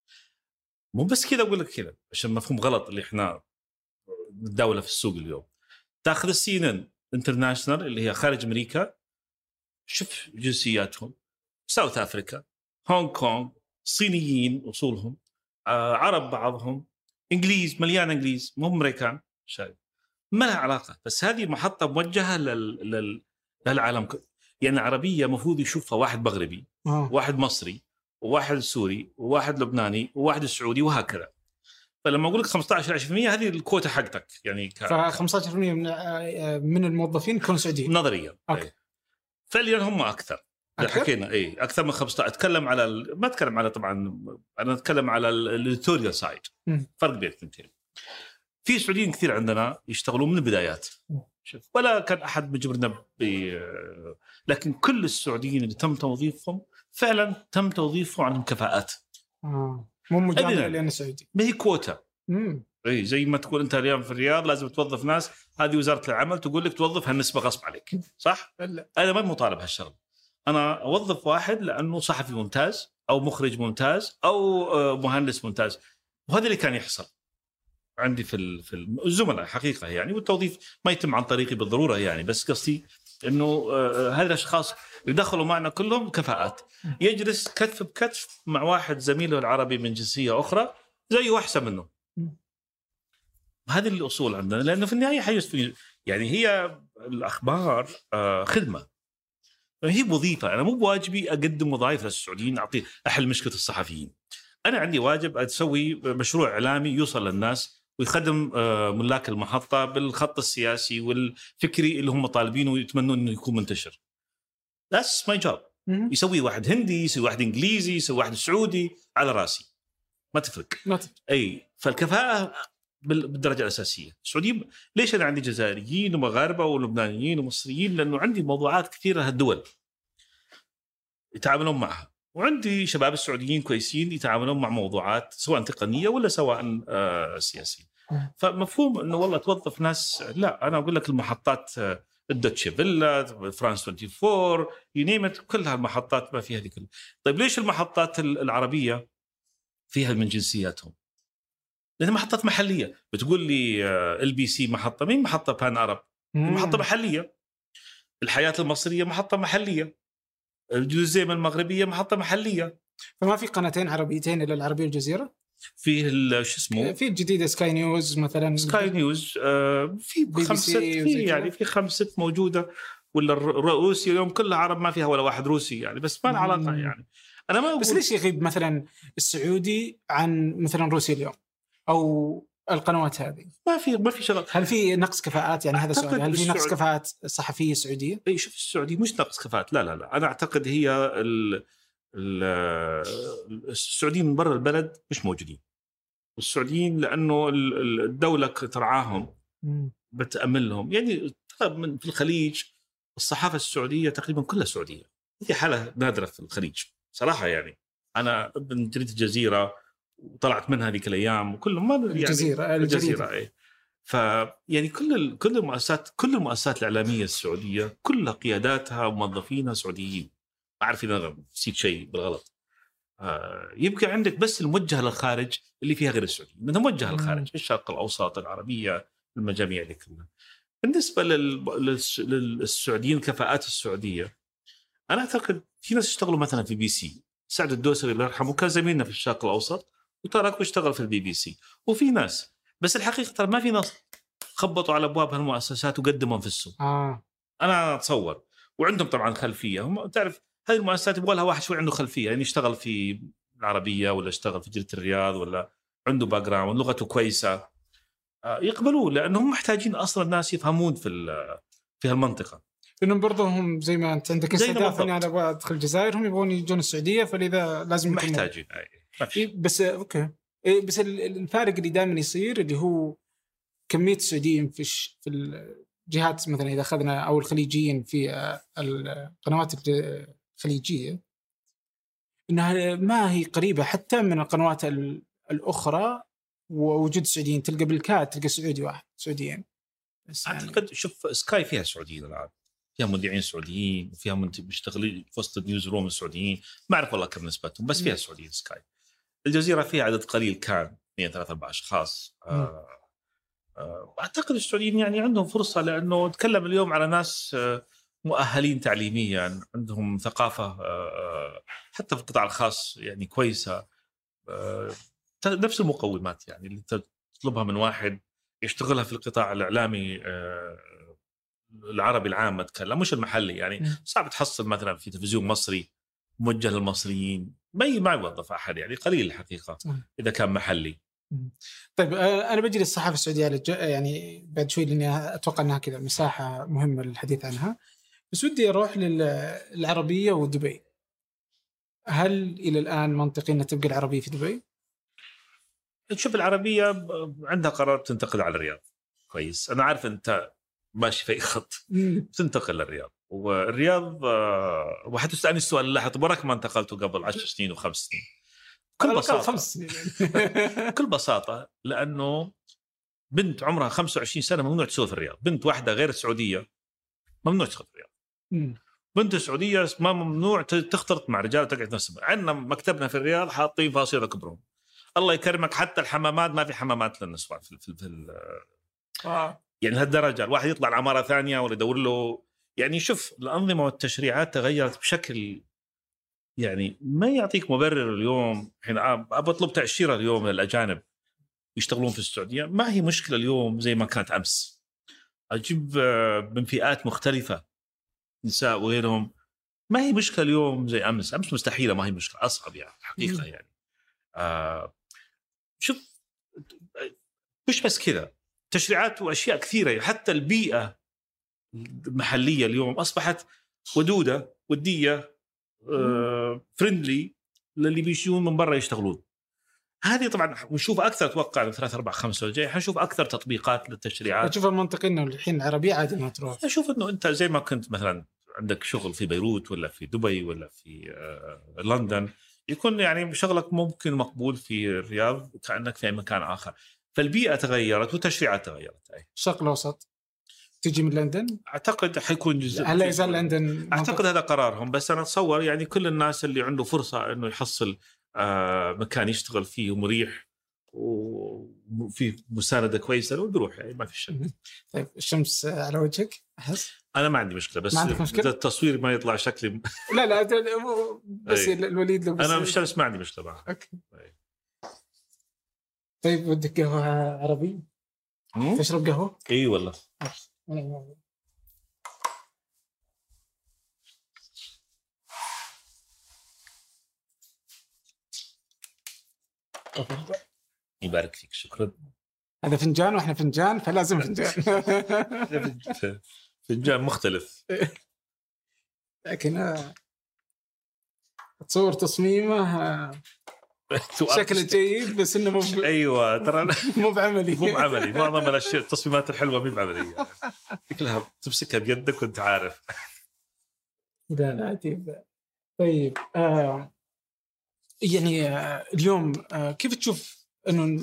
مو بس كذا اقول لك كذا عشان مفهوم غلط اللي احنا الدوله في السوق اليوم. تاخذ السي ان ان انترناشونال اللي هي خارج امريكا، شوف جنسياتهم: ساوث افريكا، هونغ كونغ، صينيين اصولهم، آه عرب بعضهم، انجليز، مليان انجليز، مو امريكان، شايف ما لها علاقه. بس هذه محطه موجهه لل... لل... للعالم كله. يعني العربيه مفروض يشوفها واحد مغربي، أوه. واحد مصري، وواحد سوري، وواحد لبناني، وواحد سعودي، وهكذا. فلما اقول لك خمسة عشر عشرين بالمئة هذه الكوتا حقتك يعني ك... ف خمسة عشر بالمئة من من الموظفين يكونوا سعوديين نظريا. أوكي. فعليا هم اكثر. أكثر؟ حكينا اي اكثر من خمسة عشر. اتكلم على ال... ما اتكلم على طبعا انا اتكلم على التوريال سايد. فرق بين الاثنين. في سعوديين كثير عندنا يشتغلون من البدايات، شوف، ولا كان احد مجبرنا ب... لكن كل السعوديين اللي تم توظيفهم فعلا تم توظيفهم عندهم كفاءات. اه مو مجامله لانه سعودي، ما هي كوتا. امم اي زي ما تقول انت اليوم في الرياض لازم توظف ناس، هذه وزاره العمل تقول لك توظف هالنسبه غصب عليك، صح؟ لا. انا ما مطالب هالشغل. انا اوظف واحد لانه صحفي ممتاز او مخرج ممتاز او مهندس ممتاز، وهذا اللي كان يحصل عندي في في الزملاء حقيقه يعني. والتوظيف ما يتم عن طريقي بالضروره يعني، بس قصدي انه هذه الاشخاص اللي دخلوا معنا كلهم كفاءات. يجلس كتف بكتف مع واحد زميله العربي من جنسيه اخرى زيه واحسن منه. هذه الاصول عندنا، لانه في النهايه حيث يعني هي الاخبار خدمه، هي وظيفه. انا مو بواجبي اقدم وظائف للسعوديين اعطي احل مشكله الصحفيين. انا عندي واجب اسوي مشروع اعلامي يوصل للناس ويخدم ملاك المحطه بالخط السياسي والفكري اللي هم طالبينه ويتمنون انه يكون منتشر. That's my job. يسوي واحد هندي، يسوي واحد انجليزي، يسوي واحد سعودي، على راسي ما تفرق. ما تفرق. اي فالكفاءه بالدرجه الاساسيه. السعوديين ليش انا عندي جزائريين ومغاربه ولبنانيين ومصريين؟ لانه عندي موضوعات كثيره هالدول يتعاملون معها، وعندي شباب السعوديين كويسين يتعاملون مع موضوعات سواء تقنيه ولا سواء آه سياسيه. فمفهوم انه والله توظف ناس، لا، انا اقول لك المحطات الدوتشي فيلا، فرانس أربعة وعشرين، ينيمت، كل هالمحطات ما فيها هذه كلها. طيب ليش المحطات العربيه فيها من جنسياتهم؟ لأنها محطات محلية. بتقول لي ال بي سي محطة، مين محطة بان عرب؟ محطة محلية. الحياة المصرية محطة محلية. الجزيرة المغربية محطة محلية. فما في قناتين عربيتين إلى العربية والجزيرة؟ فيه شو اسمه؟ في الجديدة سكاي نيوز مثلا. سكاي نيوز آه في خمسة، في يعني في خمسة موجودة. ولا الروسي اليوم كلها عرب، ما فيها ولا واحد روسي يعني، بس ما له علاقة يعني. أنا ما بس ليش يغيب مثلا السعودي عن مثلا روسيا اليوم أو القنوات هذه؟ ما في ما في شغل. هل في نقص كفاءات يعني؟ هذا سؤال. هل في نقص كفاءات صحفية سعودية؟ اي شوف، السعودي مش نقص كفاءات، لا لا لا. انا اعتقد هي ال ال السعوديين من برا البلد مش موجودين. والسعوديين لانه الدولة ترعاهم بتأمن لهم يعني. من في الخليج الصحافة السعودية تقريبا كلها سعودية. هذه حالة نادرة في الخليج صراحة يعني. انا ابن جريدة الجزيرة وطلعت منها هذيك الايام وكلهم ما يعني الجزيره الجزيره اي. ف يعني كل ال... كل المؤسسات كل المؤسسات الاعلاميه السعوديه كلها قياداتها وموظفينها سعوديين، ما عارفين انا نسيت شيء بالغلط. آه يبقى عندك بس الموجهه للخارج اللي فيها غير السعوديين، منها موجهه للخارج الشرق الاوسط العربيه المجاميع دي كلها. بالنسبه لل... للس... للسعوديين الكفاءات السعوديه، انا اعتقد في ناس يشتغلوا مثلا في بي سي. سعد الدوسري الله يرحمه كان زميلنا في الشرق الاوسط وترك واشتغل في البي بي سي. وفي ناس، بس الحقيقه ترى ما في ناس خبطوا على ابواب هالمؤسسات وقدموا في السوق. آه. انا اتصور وعندهم طبعا خلفيه. هم تعرف هذه المؤسسات يبغى لها واحد شوي عنده خلفيه، يعني يشتغل في العربيه ولا اشتغل في جريده الرياض ولا عنده باك جراوند لغته كويسه، يقبلوه لانهم محتاجين اصلا الناس يفهمون في في هالمنطقه. لأنهم برضه هم زي ما أنت عندك استهداف إني أنا أبغى أدخل الجزائر، هم يبغون يجون السعودية، فلذا لازم محتاجين. إيه بس أوكي إيه بس الفارق اللي دائما يصير اللي هو كمية السعوديين في ش... في الجهات مثلا إذا أخذنا أو الخليجيين في القنوات الخليجية، إنها ما هي قريبة حتى من القنوات الأخرى. ووجود السعوديين تلقى بالكات تلقى سعودي واحد سعوديين. أعتقد يعني شوف سكاي فيها سعوديين الآن، فيها مذيعين سعوديين وفيها مشتغلين في وسط النيوز روم السعوديين، ما أعرف والله كم نسبتهم بس فيها سعوديين سكاي. الجزيرة فيها عدد قليل كان اثنين ثلاثة أربعة أشخاص. آه آه أعتقد السعوديين يعني عندهم فرصة، لأنه نتكلم اليوم على ناس آه مؤهلين تعليميا، عندهم ثقافة آه حتى في القطاع الخاص يعني كويسة، آه نفس المقومات يعني اللي تطلبها من واحد يشتغلها في القطاع الإعلامي آه العربي العام، أتكلم مش المحلي. يعني صعب تحصل مثلا في تلفزيون مصري موجه للمصريين ما ما يوظف أحد، يعني قليل الحقيقة إذا كان محلي. طيب أنا بجي للصحافة السعودية يعني بعد شوي، لأني أتوقع أنها كذا مساحة مهمة للحديث عنها، بس ودي أروح للعربية ودبي. هل إلى الآن منطقي أن تبقى العربية في دبي؟ نشوف العربية عندها قرار تنتقل على الرياض. كويس، أنا عارف أنت ماشي في خط تنتقل للرياض، والرياض وحتستعني السؤال اللي لاحظ برك ما انتقلته قبل عشر سنين وخمس سنين. بكل بساطة خمس سنين بكل بساطة لأنه بنت عمرها خمسة وعشرين سنة ممنوع تسوي في الرياض. بنت واحدة غير السعودية ممنوع تدخل في الرياض. بنت السعودية ما ممنوع تختلط مع رجال تقعد نفسها. عندنا مكتبنا في الرياض حاطين فاصيل كبرهم، الله يكرمك حتى الحمامات ما في حمامات للنسوان في في, في آه. يعني لهالدرجة الواحد يطلع العمارة ثانية ولا يدور له. يعني شوف الأنظمة والتشريعات تغيرت بشكل يعني ما يعطيك مبرر. اليوم حين أطلب تأشيرة اليوم للأجانب يشتغلون في السعودية ما هي مشكلة اليوم زي ما كانت أمس. أجيب من فئات مختلفة نساء وغيرهم ما هي مشكلة اليوم زي أمس. أمس مستحيلة، ما هي مشكلة، أصعب يعني حقيقة. يعني آه شوف مش بس كذا، تشريعات وأشياء كثيرة. حتى البيئة المحلية اليوم أصبحت ودودة ودية آه فريندلي للي بيجون من برا يشتغلون. هذه طبعا نشوف أكثر، أتوقع من ثلاثة أربعة خمسة الجاي حنشوف أكثر تطبيقات للتشريعات. أشوف المنطقي إنه الحين العربية عادي ما تروح. أشوف إنه أنت زي ما كنت مثلا عندك شغل في بيروت ولا في دبي ولا في آه لندن، يكون يعني شغلك ممكن مقبول في الرياض كأنك في مكان آخر. فالبيئة تغيرت والتشريعات تغيرت. أي الشرق الأوسط تجي من لندن أعتقد حيكون جزء. هل يزال لندن؟ أعتقد هذا قرارهم، بس أنا أتصور يعني كل الناس اللي عنده فرصة إنه يحصل آه مكان يشتغل فيه مريح وفي مساندة كويسة لو بيروح، يعني ما في شيء. طيب الشمس على وجهك أحس؟ أنا ما عندي مشكلة، بس مشكلة؟ التصوير ما يطلع شكلي لا لا بس الوليد لو بس أنا الشمس ما عندي مشكلة معها. أوكي. طيب ودك قهوة عربي؟ تشرب قهوة؟ إيه والله. يبارك فيك، شكرا. هذا فنجان واحنا فنجان فلازم فنجان. فنجان مختلف. لكن تصور تصميمه شكله جيد بس انه مو ب... ايوه ترى مو بعملي مو بعملي. معظم الاشياء التصميمات الحلوه مو بعمليه، كلها تمسكها بيدك وانت عارف. لا لا عجيب. طيب آه يعني اليوم كيف تشوف أنه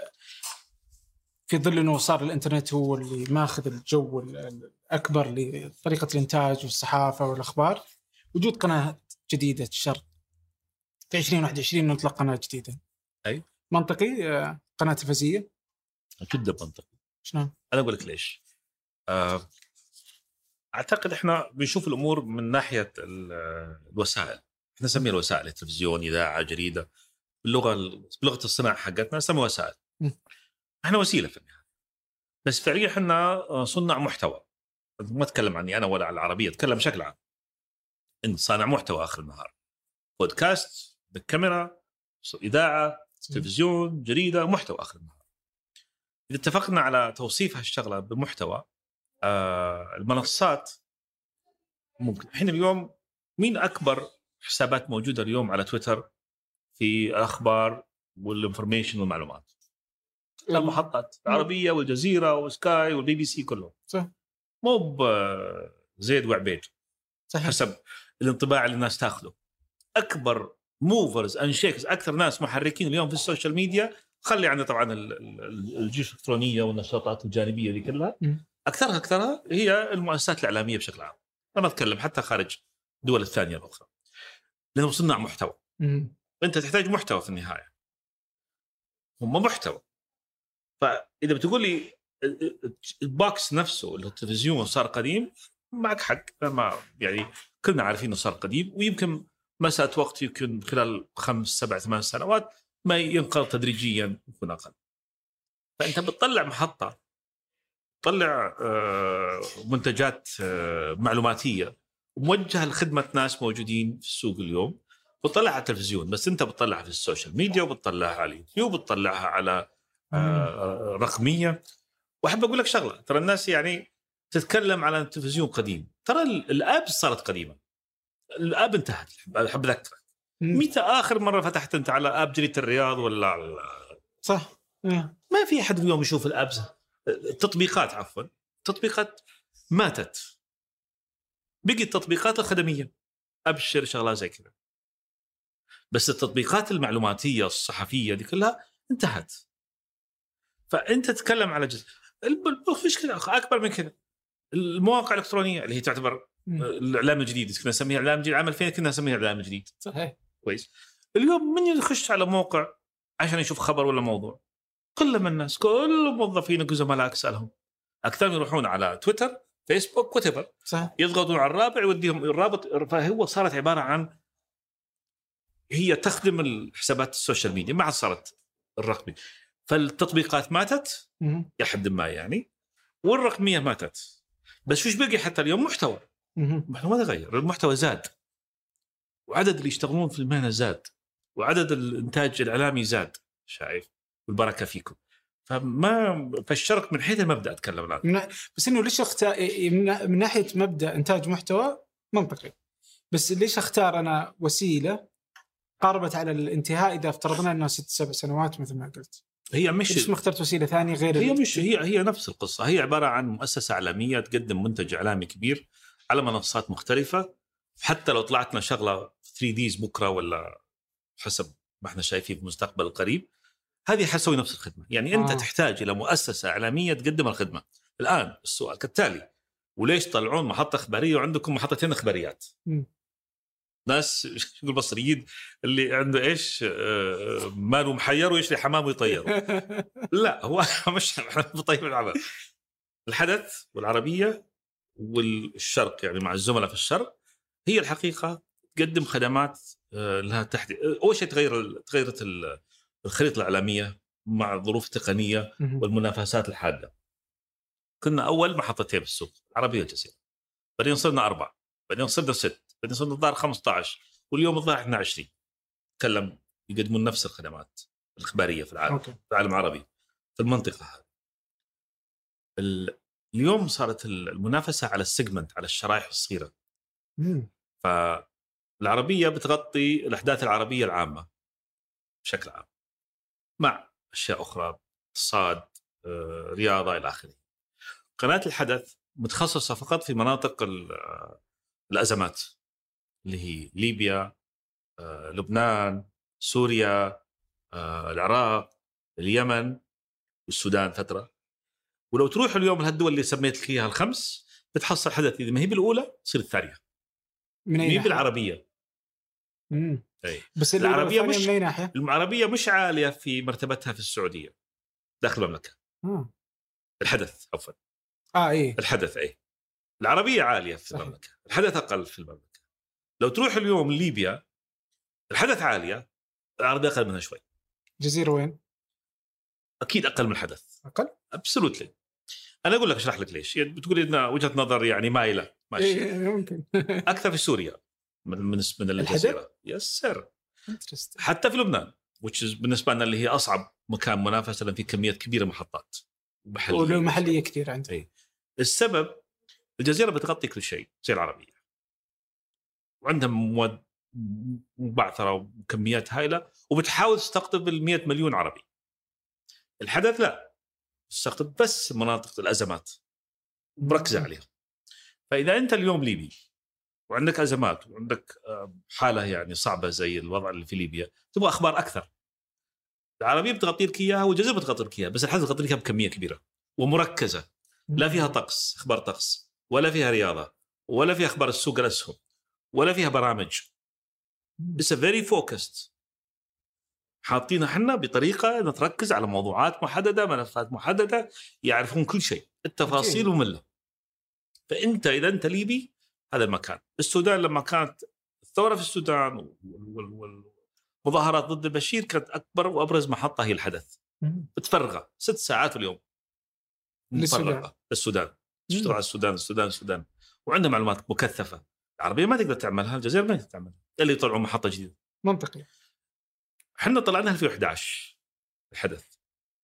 في ظل أنه صار الإنترنت هو اللي ماخذ الجو الأكبر لطريقة الإنتاج والصحافة والأخبار، وجود قناة جديدة الشرق في عشرين واحد وعشرين نطلق قناة جديدة، أي منطقي قناة تلفزيونية؟ جدا منطقي. شنو؟ أنا أقول لك ليش. أه أعتقد إحنا بنشوف الأمور من ناحية الوسائل. إحنا نسميها الوسائل، التلفزيون، إذاعة، جريدة، باللغة بلغة الصناعة حقتنا نسمي وسائل. م. إحنا وسيلة في النهاية، بس فعليا إحنا صنع محتوى. ما أتكلم عني أنا ولا على العربية، أتكلم بشكل عام. أنت صانع محتوى آخر النهار، بودكاست، بالكاميرا، إذاعة، تلفزيون، جريدة، محتوى آخر النهار. إذا اتفقنا على توصيف هالشغلة بمحتوى، آه المنصات ممكن. الحين اليوم مين أكبر حسابات موجودة اليوم على تويتر في الأخبار والإنفورميشن والمعلومات؟ المحطات العربية والجزيرة وسكاي والبي بي سي كلهم. صح. مو بزيد وعبيد. صحيح. حسب الانطباع اللي الناس تاخذه. أكبر موفرز أند شيكس، أكثر ناس محركين اليوم في السوشيال ميديا، خلي عندنا طبعا الجيوش الإلكترونية والنشاطات الجانبية دي كلها، أكثرها أكثرها هي المؤسسات الإعلامية بشكل عام. أنا أتكلم حتى خارج الدول الثانية الأخرى، لأنه صناع محتوى. مم. أنت تحتاج محتوى في النهاية، هم محتوى. فإذا بتقول لي البوكس نفسه اللي التلفزيون صار قديم، معك حق. ما يعني كلنا عارفين إنه صار قديم، ويمكن مسألة وقت، يمكن خلال خمس سبع ثمان سنوات ما ينقل تدريجيا يكون أقل. فأنت بتطلع محطة، تطلع منتجات معلوماتية موجهة لخدمة ناس موجودين في السوق اليوم، بتطلعها على التلفزيون، بس أنت بتطلعها في السوشيال ميديا، وبتطلعها على اليوتيوب، وبتطلعها على رقمية. وأحب أقول لك شغلة، ترى الناس يعني تتكلم على التلفزيون قديم، ترى الآب صارت قديمة، الآب انتهت. أحب أذكرك متى آخر مرة فتحت أنت على آب جريدة الرياض ولا على... صح. ما في أحد اليوم يشوف الآب. التطبيقات، عفوا التطبيقات ماتت، بقي التطبيقات الخدمية، أبشر شغلات زي كذا، بس التطبيقات المعلوماتية الصحفية دي كلها انتهت. فأنت تتكلم على جزء المشكلة أكبر من كذا. المواقع الإلكترونية اللي هي تعتبر الإعلام الجديد، كنا نسميها إعلام جديد، عام ألفين كنا نسميها إعلام جديد. صحيح. كويس. اليوم من يخش على موقع عشان يشوف خبر ولا موضوع؟ كل من الناس، كل موظفينك وزملائك اسألهم، أكثر يروحون على تويتر، فيسبوك، وتبر، يضغطون على الرابع يوديهم الرابط. فهو صارت عبارة عن هي تخدم الحسابات السوشيال ميديا، ما عاد صارت الرقمي. فالتطبيقات ماتت إلى حد ما يعني، والرقمية ماتت. بس وش بقي حتى اليوم؟ محتوى. المحتوى ما تغير، المحتوى زاد، وعدد اللي يشتغلون في المهنة زاد، وعدد الإنتاج الإعلامي زاد. شايف؟ والبركة فيكم. فما فالشرق من حيث المبدأ أتكلم الآن، بس إنه ليش اختار من ناحية مبدأ إنتاج محتوى منطقي، بس ليش اختار أنا وسيلة قاربت على الانتهاء إذا افترضنا أنها ست سبع سنوات مثل ما قلت؟ هي مش ليش ما اخترت وسيلة ثانية غير هي مش هي هي نفس القصة. هي عبارة عن مؤسسة إعلامية تقدم منتج إعلامي كبير على منصات مختلفة. حتى لو طلعتنا شغلة ثري ديز بكرة ولا حسب ما احنا شايفين في المستقبل القريب، هذه حتسوي نفس الخدمة. يعني أنت آه. تحتاج إلى مؤسسة إعلامية تقدم الخدمة. الآن السؤال كالتالي: وليش طلعون محطة إخبارية وعندكم محطتين إخباريات؟ م. ناس يقول بصريين اللي عنده إيش آه ماله محير ويشري حمام ويطير. لا، هو مش بطير العمل. الحدث والعربية والشرق يعني مع الزملاء في الشرق هي الحقيقة تقدم خدمات آه لها تحت. أول شيء تغير تغيرت الخريطة الإعلامية مع الظروف التقنية والمنافسات الحادة. كنا أول محطتين في السوق، عربية الجزيرة، بعدين صرنا أربعة، بعدين صرنا ست، بعدين صرنا الظاهر خمسة عشر، واليوم الظاهر احنا عشرين. تكلم يقدمون نفس الخدمات الإخبارية في العالم، أوكي. في العالم العربي في المنطقة هذه. اليوم صارت المنافسة على السيجمنت، على الشرائح الصغيرة. مم. فالعربية بتغطي الأحداث العربية العامة بشكل عام، مع أشياء أخرى، اقتصاد، رياضة إلى آخره. قناة الحدث متخصصة فقط في مناطق الأزمات اللي هي ليبيا، لبنان، سوريا، آه، العراق، اليمن والسودان فترة. ولو تروح اليوم لهالدول اللي سميت لك اياها الخمس بتحصل حدث إذا ما هي بالأولى تصير الثانية. من أي مين ناحية؟ بالعربية. مم. أي. بس العربية مش مش من أي ناحية؟ العربية مش عالية في مرتبتها في السعودية داخل المملكة. آه. الحدث عفوا آه إيه الحدث أي العربية عالية في صحيح. المملكة، الحدث أقل في المملكة. لو تروح اليوم ليبيا الحدث عالية، العربية أقل منها شوي. جزيرة وين؟ أكيد أقل من الحدث أقل؟ أبسولوتلي. أنا أقول لك أشرح لك ليش. يعني بتقولي إن وجهة نظر يعني مايلة ماشي. إيه ممكن. أكثر في سوريا من من من الجزيرة. يس سر. حتى في لبنان which بالنسبة لنا اللي هي أصعب مكان منافسة في كمية كبيرة محطات محلية ولو محلية كثير عندي. أي. السبب الجزيرة بتغطي كل شيء زي العربية، وعندها مواد مبعثرة وكميات هائلة، وبتحاول تستقطب المئة مليون عربي. الحدث لا، تستقطب بس مناطق الأزمات مركزة عليها. فإذا أنت اليوم ليبي وعندك أزمات وعندك حالة يعني صعبة زي الوضع اللي في ليبيا، تبغى أخبار أكثر. العربية بتغطي لك إياها والجزيرة بتغطي لك إياها، بس الحدث بتغطي لك إياها بكمية كبيرة ومركزة. لا فيها طقس، أخبار طقس، ولا فيها رياضة، ولا فيها أخبار السوق الأسهم، ولا فيها برامج. It's a very focused. حاطينها حنا بطريقة نتركز على موضوعات محددة، ملفات محددة، يعرفون كل شيي، التفاصيل مملة. فأنت إذا أنت ليبي هذا المكان. السودان لما كانت الثورة في السودان والمظاهرات ضد البشير كانت أكبر وأبرز محطة هي الحدث. بتفرغه ست ساعات في اليوم مفرغة السودان. تشتغل على السودان السودان السودان وعنده معلومات مكثفة. العربية ما تقدر تعملها، الجزائر ما تقدر تعملها، اللي يطلعوا محطة جديدة. منطقي. احنا طلعناها في ألفين وإحدى عشر الحدث.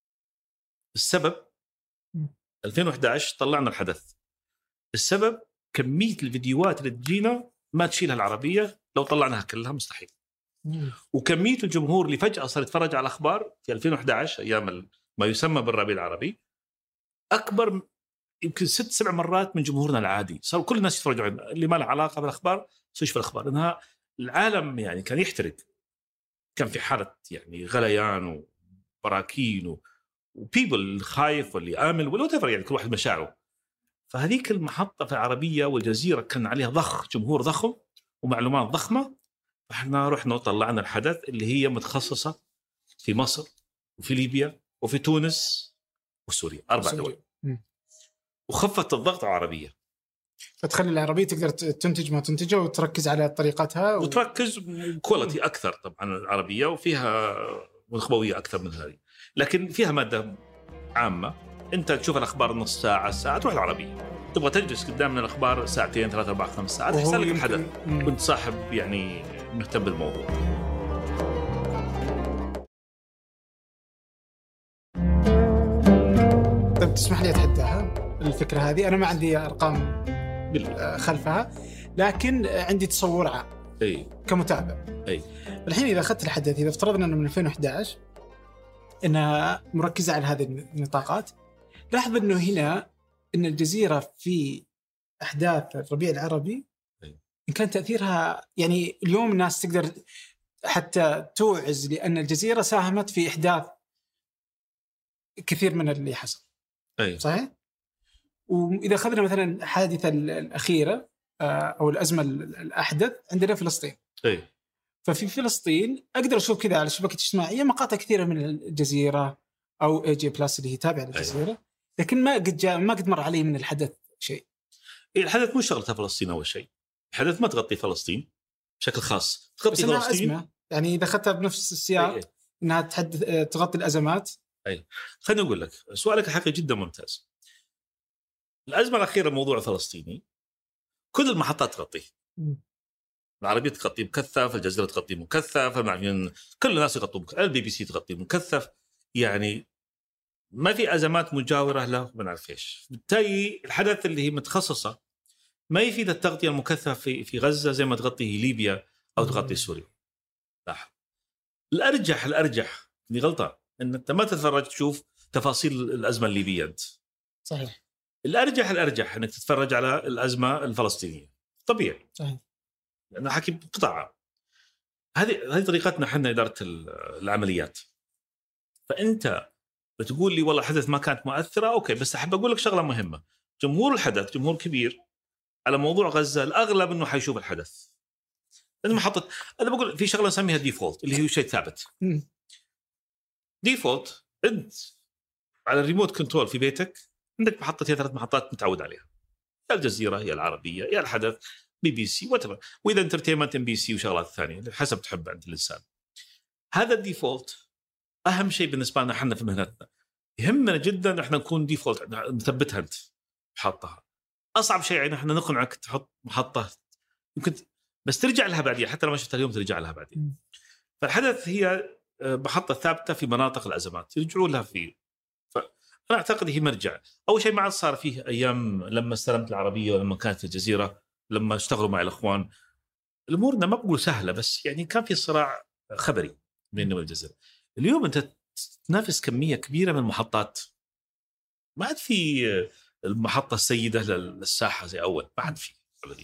السبب ألفين وإحدى عشر طلعنا الحدث. السبب كمية الفيديوهات اللي تجينا ما تشيلها العربية، لو طلعناها كلها مستحيل. مم. وكمية الجمهور اللي فجأة صار يتفرج على الأخبار في ألفين وإحدى عشر أيام ما يسمى بالربيع العربي أكبر يمكن ست سبع مرات من جمهورنا العادي. صار كل الناس يتفرجوا على اللي ما له علاقة بالأخبار سويش في الأخبار، إنها العالم يعني كان يحترق، كان في حالة يعني غليان وبراكين وبيبل خايف واللي آمل ولا تفر، يعني كل واحد مشاعره. فهذيك المحطة في العربية والجزيرة كان عليها ضخ جمهور ضخم ومعلومات ضخمة. فإحنا رحنا وطلعنا الحدث اللي هي متخصصة في مصر وفي ليبيا وفي تونس وسوريا، أربع دول، وخفت الضغط على العربية. فتخلي العربية تقدر تنتج ما تنتجه وتركز على طريقتها و... وتركز كواليتي أكثر. طبعا العربية وفيها مخبوية أكثر من هذه، لكن فيها مادة عامة. أنت تشوف الأخبار نص ساعة ساعة تروح العربية، تبغى تجلس قدامنا الأخبار ساعتين ثلاثة أربعة خمس ساعات تحصل لك الحدث. كنت صاحب يعني مهتم بالموضوع. طيب تسمح لي أتحداها الفكرة هذه؟ أنا ما عندي أرقام بالله. خلفها، لكن عندي تصور عام أي. كمتابع. أي. الحين إذا أخذت الحدث، إذا افترضنا أنه من ألفين وإحدى عشر أنها مركزة على هذه النطاقات، لاحظ أنه هنا أن الجزيرة في أحداث الربيع العربي إن كان تأثيرها يعني اليوم الناس تقدر حتى توعز، لأن الجزيرة ساهمت في إحداث كثير من اللي حصل. أي. صحيح؟ وإذا أخذنا مثلا الحادثة الأخيرة أو الأزمة الأحدث عندنا فلسطين. أي. ففي فلسطين أقدر أشوف كذا على الشبكة الاجتماعية مقاطع كثيرة من الجزيرة أو إي جي بلاس اللي هي تابعة للجزيرة. أي. لكن ما قد جاء ما قد مر علي من الحدث شيء. الحدث مو شغلتها فلسطين أول شيء. الحدث ما تغطي فلسطين بشكل خاص، تغطي فلسطين أزمة. يعني إذا أخذتها بنفس السياق. أي. إنها تحدث تغطي الأزمات. أي. خليني أقول لك سؤالك الحقيقي جدا ممتاز. الأزمة الأخيرة موضوع فلسطيني كل المحطات تغطيه. العربية تغطي مكثف، الجزيرة تغطي مكثف، المعنيين كل الناس يغطوا مكثف، البي بي سي تغطي مكثف، يعني ما في أزمات مجاورة له ما نعرف إيش. بالتالي الحدث اللي هي متخصصة ما يفيد التغطية المكثفة في في غزة زي ما تغطي ليبيا أو تغطي سوريا. لا. الأرجح الأرجح دي غلطة إن أنت ما تتفرج تشوف تفاصيل الأزمة الليبية أنت. صحيح. الأرجح الأرجح إنك تتفرج على الأزمة الفلسطينية. طبيعي. صحيح. لأنه حكي بقطاع. هذه هذه طريقتنا احنا اداره العمليات. فانت بتقول لي والله حدث ما كانت مؤثره، اوكي، بس احب اقول لك شغله مهمه. جمهور الحدث جمهور كبير على موضوع غزه، الاغلب انه حيشوف الحدث. لازم محطه، انا بقول في شغله نسميها ديفولت اللي هي شيء ثابت. ديفولت انت على الريموت كنترول في بيتك عندك محطتين ثلاث محطات متعود عليها، يا الجزيره يا العربيه يا الحدث بي بي سي وتبع، واذا انترتينمنت ام بي سي وشغلات ثانيه حسب تحب عند الانسان. هذا الديفولت اهم شيء بالنسبه لنا احنا في مهنتنا. يهمنا جدا احنا نكون ديفولت مثبتها انت حاطها. اصعب شيء يعني احنا نقنعك تحط محطه يمكن بس ترجع لها بعدين، حتى لو ما شفتها اليوم ترجع لها بعدين. فالحدث هي محطه ثابته في مناطق الازمات يرجعوا لها فيه. فانا اعتقد هي مرجع. اول شيء ما عاد صار فيه ايام لما استلمت العربيه ولما كانت في الجزيره لما اشتغلوا مع الاخوان، الامور ما بقول سهله بس يعني كان في صراع خبري بيننا والجزيره. اليوم انت تنافس كميه كبيره من المحطات، ما عاد في المحطه السيده للساحه زي اول، ما عاد في.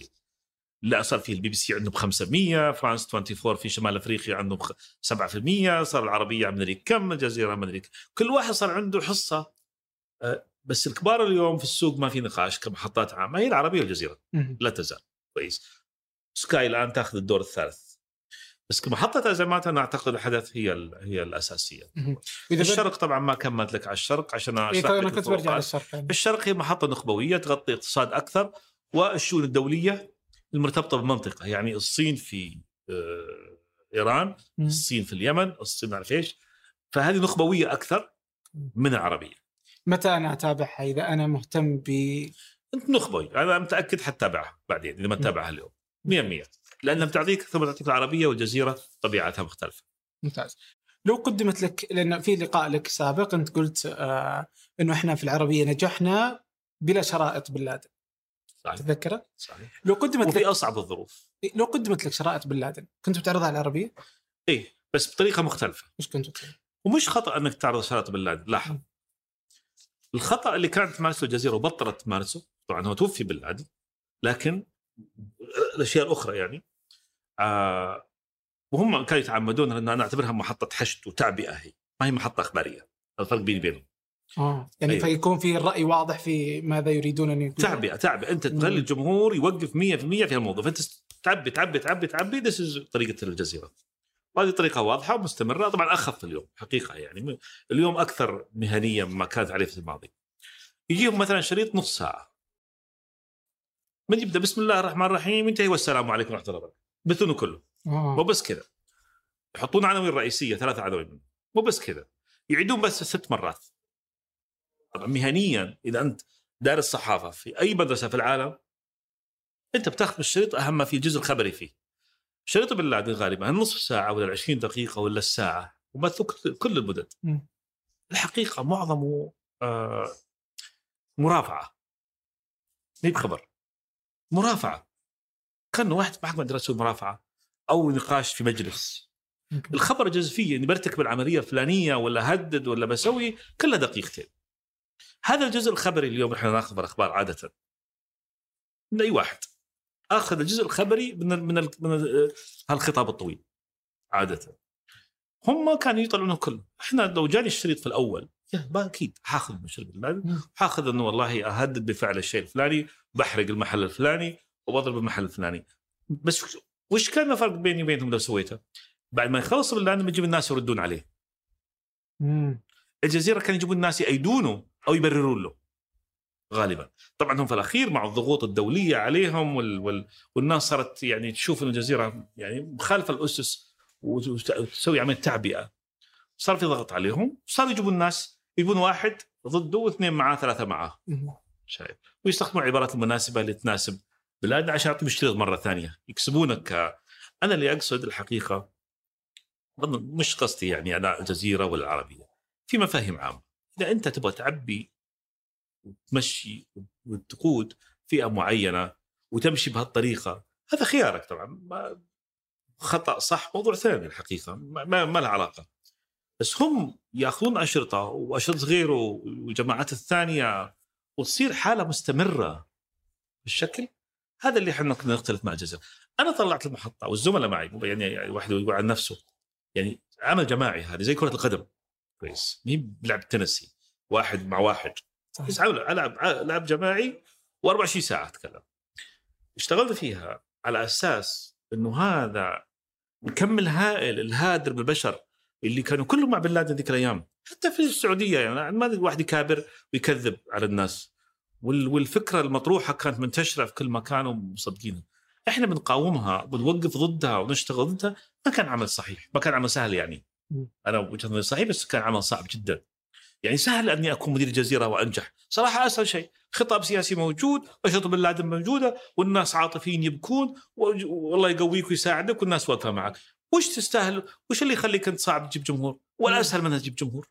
لا صار في البي بي سي عنده ب خمسة بالمية، فرانس أربعة وعشرين في شمال افريقيا عنده ب سبعة بالمية، صار العربيه مدري كم، الجزيره مدري كل واحد صار عنده حصه. بس الكبار اليوم في السوق ما في نقاش كمحطات عامه هي العربيه والجزيره لا تزال كويس. سكاي الان تاخذ الدور الثالث، بس كمحطة أزمات أنا أعتقد الحدث هي هي الأساسية. الشرق طبعا ما كملت لك على الشرق عشان أشرح لك. أنا كنت برجع على الشرق. يعني. الشرق هي محطة نخبوية تغطي اقتصاد أكثر والشؤون الدولية المرتبطة بالمنطقة، يعني الصين في إيران، الصين في اليمن، الصين على فيش، فهذه نخبوية أكثر من العربية. متى أنا أتابعها إذا أنا مهتم ب أنت نخبوي، أنا متأكد حتتابعها بعدين إذا ما تتابعها اليوم مية بالمية، لأنها بتعطيك ثم تعطيك العربية والجزيرة طبيعتها مختلفة. ممتاز. لو قدمت لك، لأن في لقاء لك سابق أنت قلت آه إنه إحنا في العربية نجحنا بلا شرائط بن لادن. صحيح. تذكره؟ صحيح. لو قدمت وفي لك أصعب الظروف، لو قدمت لك شرائط بن لادن كنت بتعرضها على العربية؟ إيه بس بطريقة مختلفة. إيش كنت بتسوي؟ ومش خطأ أنك تعرض شرائط بن لادن، لاحظ الخطأ اللي كانت تمارسه الجزيرة وبطلت تمارسه، طبعا هو توفي بن لادن، لكن الأشياء الأخرى يعني آه وهم كانوا يتعمدون لأن أنا أعتبرها محطة حشد وتعبئة، هي ما هي محطة أخبارية. الفرق بيني وبينهم آه يعني أيوة. فيكون في الرأي واضح في ماذا يريدون أن يقولوا. تعبئة تعبئة أنت تخلي الجمهور يوقف مية في المية في الموضوع، فأنت تعبي تعبي تعبي تعبي. this is طريقة الجزيرة، وهذه طريقة واضحة ومستمرة. طبعا أخف اليوم حقيقة، يعني اليوم أكثر مهنية مما كانت عليه في الماضي. يجيهم مثلا شريط نص ساعة من يبدأ بسم الله الرحمن الرحيم ينتهي والسلام عليكم ورحمة الله وبركاته، بثونه كله. مو بس كذا، يحطون عناوين رئيسية ثلاثة عناوين، مو بس كذا، يعيدون بس ست مرات. طبعا مهنيا إذا أنت دارس الصحافة في أي مدرسة في العالم أنت بتاخذ الشريط أهم ما في الجزء الخبري فيه. شريط بن لادن غالبا النصف ساعة ولا العشرين دقيقة ولا الساعة وبثوا كل المدد. الحقيقة معظمه آه مرافعة، مي بخبر، مرافعة. كان واحد ما حد ما درسوا مرافعة أو نقاش في مجلس. الخبر جزئي إني برتكب العملية الفلانية ولا هدد ولا بسوي كلها دقيقتين. هذا الجزء الخبري اليوم إحنا ناخذ الأخبار عادة من أي واحد، أخذ الجزء الخبري من ال من ال من هالخطاب الطويل عادة. هم كانوا يطلعونه كله. إحنا لو جاني الشريط في الأول أكيد حاخذ من الشريط الفلاني، حاخذ إنه والله أهدد بفعل الشيء الفلاني، بحرق المحل الفلاني وبضرب المحل الفلاني. بس وش كان الفرق بيني وبينهم لو سويته؟ بعد ما يخلص بالله بيجيب الناس يردون عليه. مم. الجزيرة كان يجيبون الناس يأيدونه أو يبررون له غالبا. طبعا هم في الأخير مع الضغوط الدولية عليهم وال وال والناس صارت يعني تشوف إن الجزيرة يعني مخالفة الأسس وتسوي عملية تعبئة، صار في ضغط عليهم، صار يجيبون الناس يجيبون واحد ضده واثنين معاه ثلاثة معاه شايف، ويستخدموا العبارات المناسبة اللي تناسب بلادنا عشان يعطوا الشريط مرة ثانية يكسبونك. أنا اللي أقصد الحقيقة مش قصدي يعني أنا الجزيرة ولا العربية، في مفاهيم عامة. إذا أنت تبغى تعبي وتمشي وتقود فئة معينة وتمشي بهالطريقة هذا خيارك طبعا، ما خطأ صح موضوع ثاني الحقيقة ما, ما له علاقة. بس هم يأخذون أشرطة وأشرطة غيره والجماعات الثانية وتصير حالة مستمرة بالشكل هذا اللي احنا كنا نختلف مع الجزيرة. انا طلعت المحطه والزملاء معي، يعني واحد يقول عن نفسه يعني عمل جماعي، هذه زي كره القدم كويس، مي بلعب تنسي واحد مع واحد، بس العب لعب جماعي وأربعة وعشرين ساعه اتكلم. اشتغلت فيها على اساس انه هذا مكمل هائل الهادر بالبشر اللي كانوا كلهم مع بن لادن ذيك الايام، حتى في السعوديه يعني ما الواحد يكابر ويكذب على الناس، والفكره المطروحه كانت منتشره في كل مكان ومصدقينها. احنا بنقاومها بنوقف ضدها ونشتغل ضدها. ما كان عمل صحيح، ما كان عمل سهل يعني. انا وجهه نظري صحيح، بس كان عمل صعب جدا. يعني سهل اني اكون مدير الجزيره وانجح، صراحه اسهل شيء. خطاب سياسي موجود، اشرطه بن لادن موجوده، والناس عاطفيين يبكون، والله يقويك ويساعدك، والناس واقفه معك. وش تستاهل؟ وش اللي يخليك انت صعب تجيب جمهور؟ ولا اسهل منها تجيب جمهور؟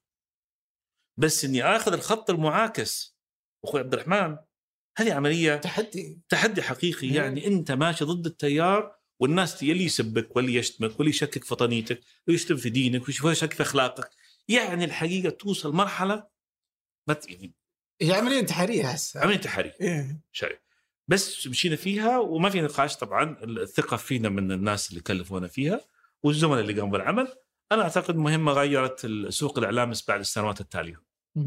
بس اني اخذ الخط المعاكس اخوي عبد الرحمن، هذه عمليه تحدي تحدي حقيقي. يعني انت ماشي ضد التيار، والناس يلي يسبك واللي يشتمك واللي يشكك في وطنيتك ويشتم في دينك ويشكك في اخلاقك. يعني الحقيقه توصل مرحله ما يعني هي عمليه انتحاريه هسه، عمليه انتحاريه إيه. شيء بس مشينا فيها وما في نقاش. طبعا الثقه فينا من الناس اللي كلفونا فيها والزملاء اللي قاموا بالعمل. انا اعتقد مهمه غيرت سوق الاعلام بعد السنوات التاليه.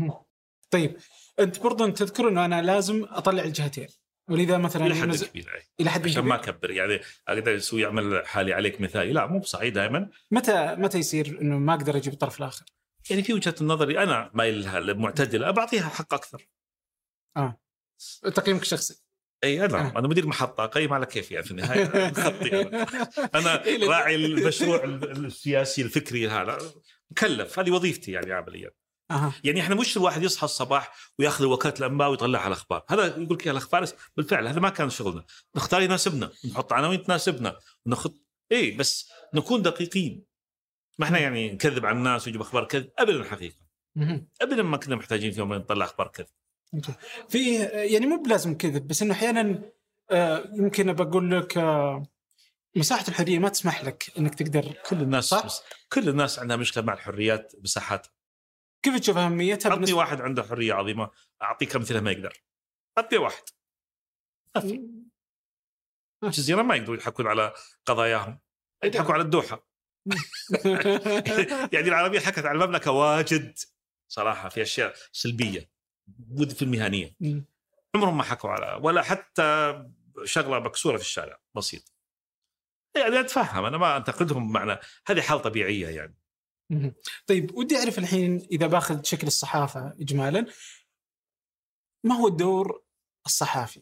طيب انت برضو تذكر انه انا لازم اطلع الجهتين، ولذا مثلا الى حد كبير الى حد عشان ما اكبر يعني اقدر اسوي اعمل حالي عليك مثالي، لا مو بصحيح دائما. متى متى يصير انه ما اقدر اجيب الطرف الاخر؟ يعني في وجهه نظري انا مايل لها المعتدله، بعطيها حق اكثر. اه تقييمك الشخصي؟ اي انا آه. انا مدير محطه، اقيم على كيفي يعني في النهايه خطي انا, أنا راعي المشروع السياسي الفكري هذا، مكلف، هذه وظيفتي يعني عمليا. أه. يعني احنا مش الواحد يصحى الصباح وياخذ وكاله الانباء ويطلع على الاخبار، هذا يقول لك الاخبار بالفعل هذا ما كان شغلنا. نختار يناسبنا، نحط عناوين تناسبنا وناخذ اي، بس نكون دقيقين. ما احنا يعني نكذب على الناس ويجيب اخبار كذب ابدا. الحقيقه ابدا ما كنا محتاجين في يوم نطلع اخبار كذب. في يعني مو بلازم كذب، بس انه احيانا آه يمكن بقول لك آه مساحه الحريه ما تسمح لك انك تقدر. كل الناس كل الناس عندها مشكله مع الحريات مساحاتها. كيف تشوف اهميتها؟ اعطني واحد عنده حريه عظيمه اعطيك امثله ما يقدر. اعطني واحد. الجزيره ما يقدروا يحكون على قضاياهم، يحكوا على الدوحه. يعني العربيه حكت على المملكه واجد صراحه في اشياء سلبيه ود في المهنيه، عمرهم ما حكوا على ولا حتى شغله مكسوره في الشارع بسيط. يعني اتفهم، انا ما انتقدهم، معنى هذه حاله طبيعيه يعني. طيب ودي اعرف الحين اذا باخذ شكل الصحافه اجمالا، ما هو الدور الصحافي؟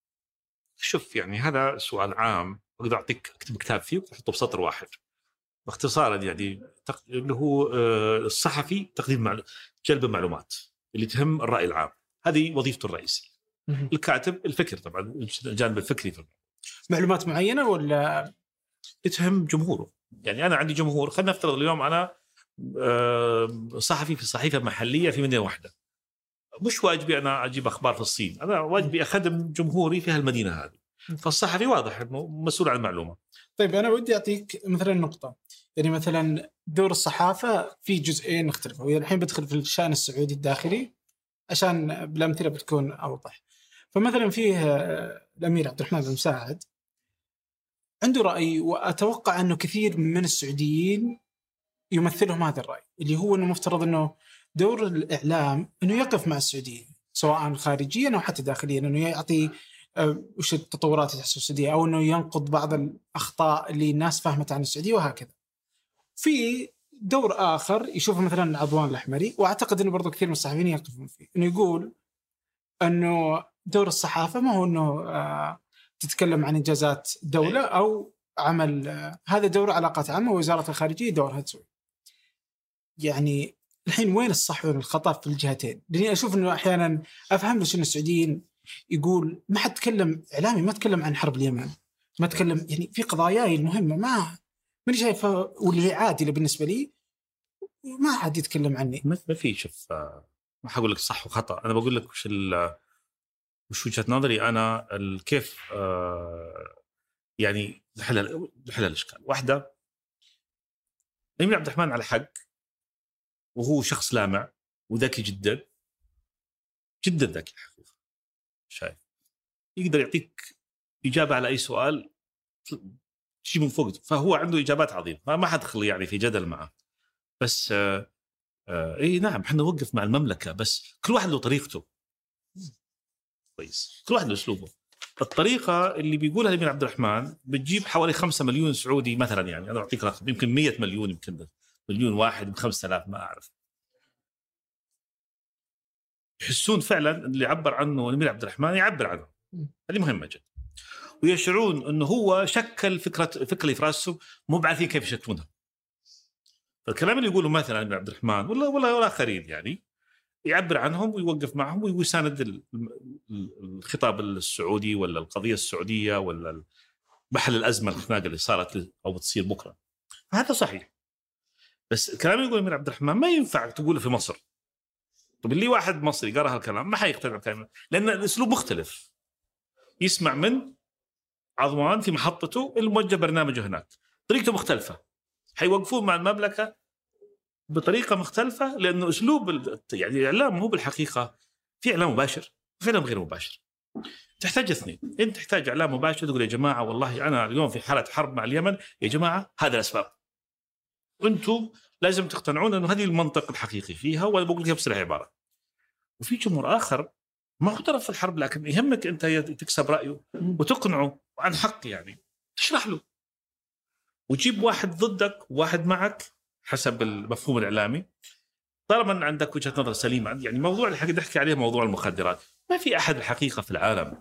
شوف يعني هذا سؤال عام، اقدر اعطيك اكتب كتاب فيه وتحطه بسطر واحد باختصارا. يعني اللي هو الصحفي تقديم معلو... جلب معلومات اللي تهم الراي العام، هذه وظيفته الرئيسيه. الكاتب الفكر، طبعا الجانب الفكري في معلومات معينه ولا تهم جمهوره. يعني انا عندي جمهور، خلينا نفترض اليوم انا صحفي في صحيفه محليه في مدينه واحده، مش واجبي انا اجيب اخبار في الصين، انا واجبي اخدم جمهوري في هالمدينه هذه. فالصحفي واضح انه مسؤول عن المعلومه. طيب انا ودي اعطيك مثلا نقطه، يعني مثلا دور الصحافه في جزئين اختلفوا. يعني الحين بدخل في الشان السعودي الداخلي عشان بالامثله بتكون اوضح. فمثلا فيه الامير عبد الرحمن بن مساعد عنده راي، واتوقع انه كثير من السعوديين يمثلهم هذا الراي، اللي هو انه مفترض انه دور الاعلام انه يقف مع السعوديين سواء خارجيا او حتى داخليا، انه يعطي وش التطورات اللي تحصل السعوديه، او انه ينقض بعض الاخطاء اللي الناس فهمت عن السعوديه وهكذا. في دور اخر يشوفه مثلا عضوان الاحمري، واعتقد انه برضو كثير من الصحفيين يقفون فيه، انه يقول انه دور الصحافه ما هو انه آه تتكلم عن انجازات دوله او عمل، آه هذا دور علاقات عامه، ووزاره الخارجيه دورها تسوي. يعني الحين وين الصح وين الخطأ في الجهتين؟ لاني اشوف انه احيانا افهم ليش ان السعوديين يقول ما حد تكلم اعلامي ما تكلم عن حرب اليمن، ما تكلم يعني في قضاياي المهمه ما ماني شايفه، واللي عادله بالنسبه لي ما حد يتكلم عني. ما في شوف، ما حقول لك صح وخطأ، انا بقول لك وش وش وجهة نظري انا كيف آه يعني نحل نحل الاشكال. واحده، الامير عبد الرحمن على حق، وهو شخص لامع وذكي جدا جدا ذكي حقيقة، شايف يقدر يعطيك إجابة على أي سؤال شيء من فوق. فهو عنده اجابات عظيمه، ما حدخل يعني في جدل معه. بس آه آه اي نعم احنا نوقف مع المملكه، بس كل واحد له طريقته كويس، كل واحد له اسلوبه. الطريقه اللي بيقولها الامير عبد الرحمن بتجيب حوالي خمسة مليون سعودي مثلا، يعني انا اعطيك رقم يمكن مية مليون، يمكن مليون واحد بخمسة آلاف ما اعرف، يحسون فعلا اللي عبر عنه الامير عبد الرحمن يعبر عنه. هذه مهمه جدا. ويشعرون انه هو شكل فكره فكره اللي في راسهم، مو بعارفين كيف يشكلونها. فالكلام اللي يقوله مثلا الامير عبد الرحمن ولا ولا ولا اخرين يعني يعبر عنهم ويوقف معهم ويساند الخطاب السعودي ولا القضيه السعوديه ولا محل الازمه الخناقه اللي صارت او بتصير بكره. هذا صحيح. بس الكلام اللي يقوله الامير عبد الرحمن ما ينفع تقوله في مصر. طب اللي واحد مصري قرأ هالكلام ما حيقتنع بالكلام، لان الاسلوب مختلف. يسمع من عضوان في محطته الموجه برنامجه هناك، طريقته مختلفه. حيوقفون مع المملكه بطريقه مختلفه، لانه اسلوب يعني الاعلام هو بالحقيقه في اعلام مباشر وفي اعلام غير مباشر. تحتاج اثنين. انت تحتاج اعلام مباشر تقول يا جماعه والله انا اليوم في حاله حرب مع اليمن، يا جماعه هذا الاسباب، وانتم لازم تقتنعون انه هذه المنطق الحقيقي فيها، وانا بقول لك بصريح عباره. وفي جمهور اخر ما هو طرف في الحرب، لكن يهمك انت تكسب رايه وتقنعه عن حق، يعني تشرح له وتجيب واحد ضدك وواحد معك حسب المفهوم الاعلامي، طالما ان عندك وجهه نظر سليمه. يعني موضوع اللي نحكي عليه موضوع المخدرات، ما في احد الحقيقه في العالم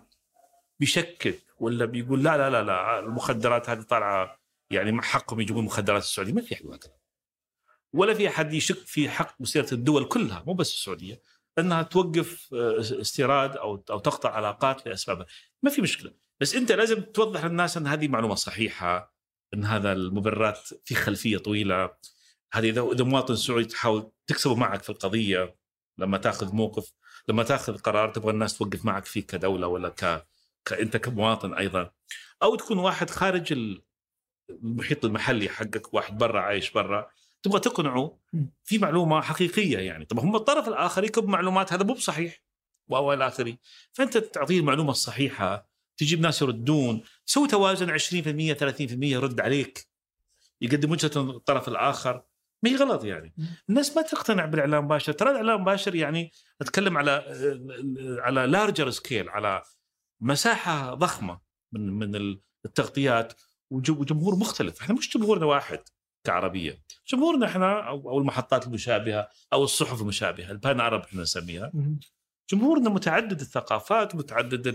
بيشكك ولا بيقول لا لا لا لا المخدرات هذه طالعه يعني مع حقهم يجيبون مخدرات السعوديه. ما في احد هكذا، ولا في احد يشك في حق مسيره الدول كلها مو بس السعوديه انها توقف استيراد او او تقطع علاقات لاسبابها. ما في مشكله، بس انت لازم توضح للناس ان هذه معلومه صحيحه، ان هذا المبررات في خلفيه طويله. هذه اذا اذا مواطن سعودي تحاول تكسبه معك في القضيه، لما تاخذ موقف، لما تاخذ قرار تبغى الناس توقف معك فيه كدوله ولا ك... كانت كمواطن ايضا، او تكون واحد خارج المحيط المحلي حقك، واحد برا عايش برا، تبغى تقنعه في معلومه حقيقيه. يعني طب هم الطرف الاخر يكب معلومات هذا مو بصحيح واو الى اخره، فانت تعطيه المعلومه الصحيحه، تجيب ناس يردون، سوي توازن عشرين بالمئة ثلاثين بالمئة يرد عليك، يقدم وجهه الطرف الاخر. ما هي غلط يعني. الناس ما تقتنع بالاعلام المباشر. ترى الاعلام المباشر يعني نتكلم على على لارجر سكيل، على مساحه ضخمه من من التغطيات وجمهور مختلف. احنا مش جمهورنا واحد كعربيه، جمهورنا احنا او المحطات المشابهه او الصحف المشابهه البان عرب احنا نسميها، جمهورنا متعدد الثقافات ومتعدد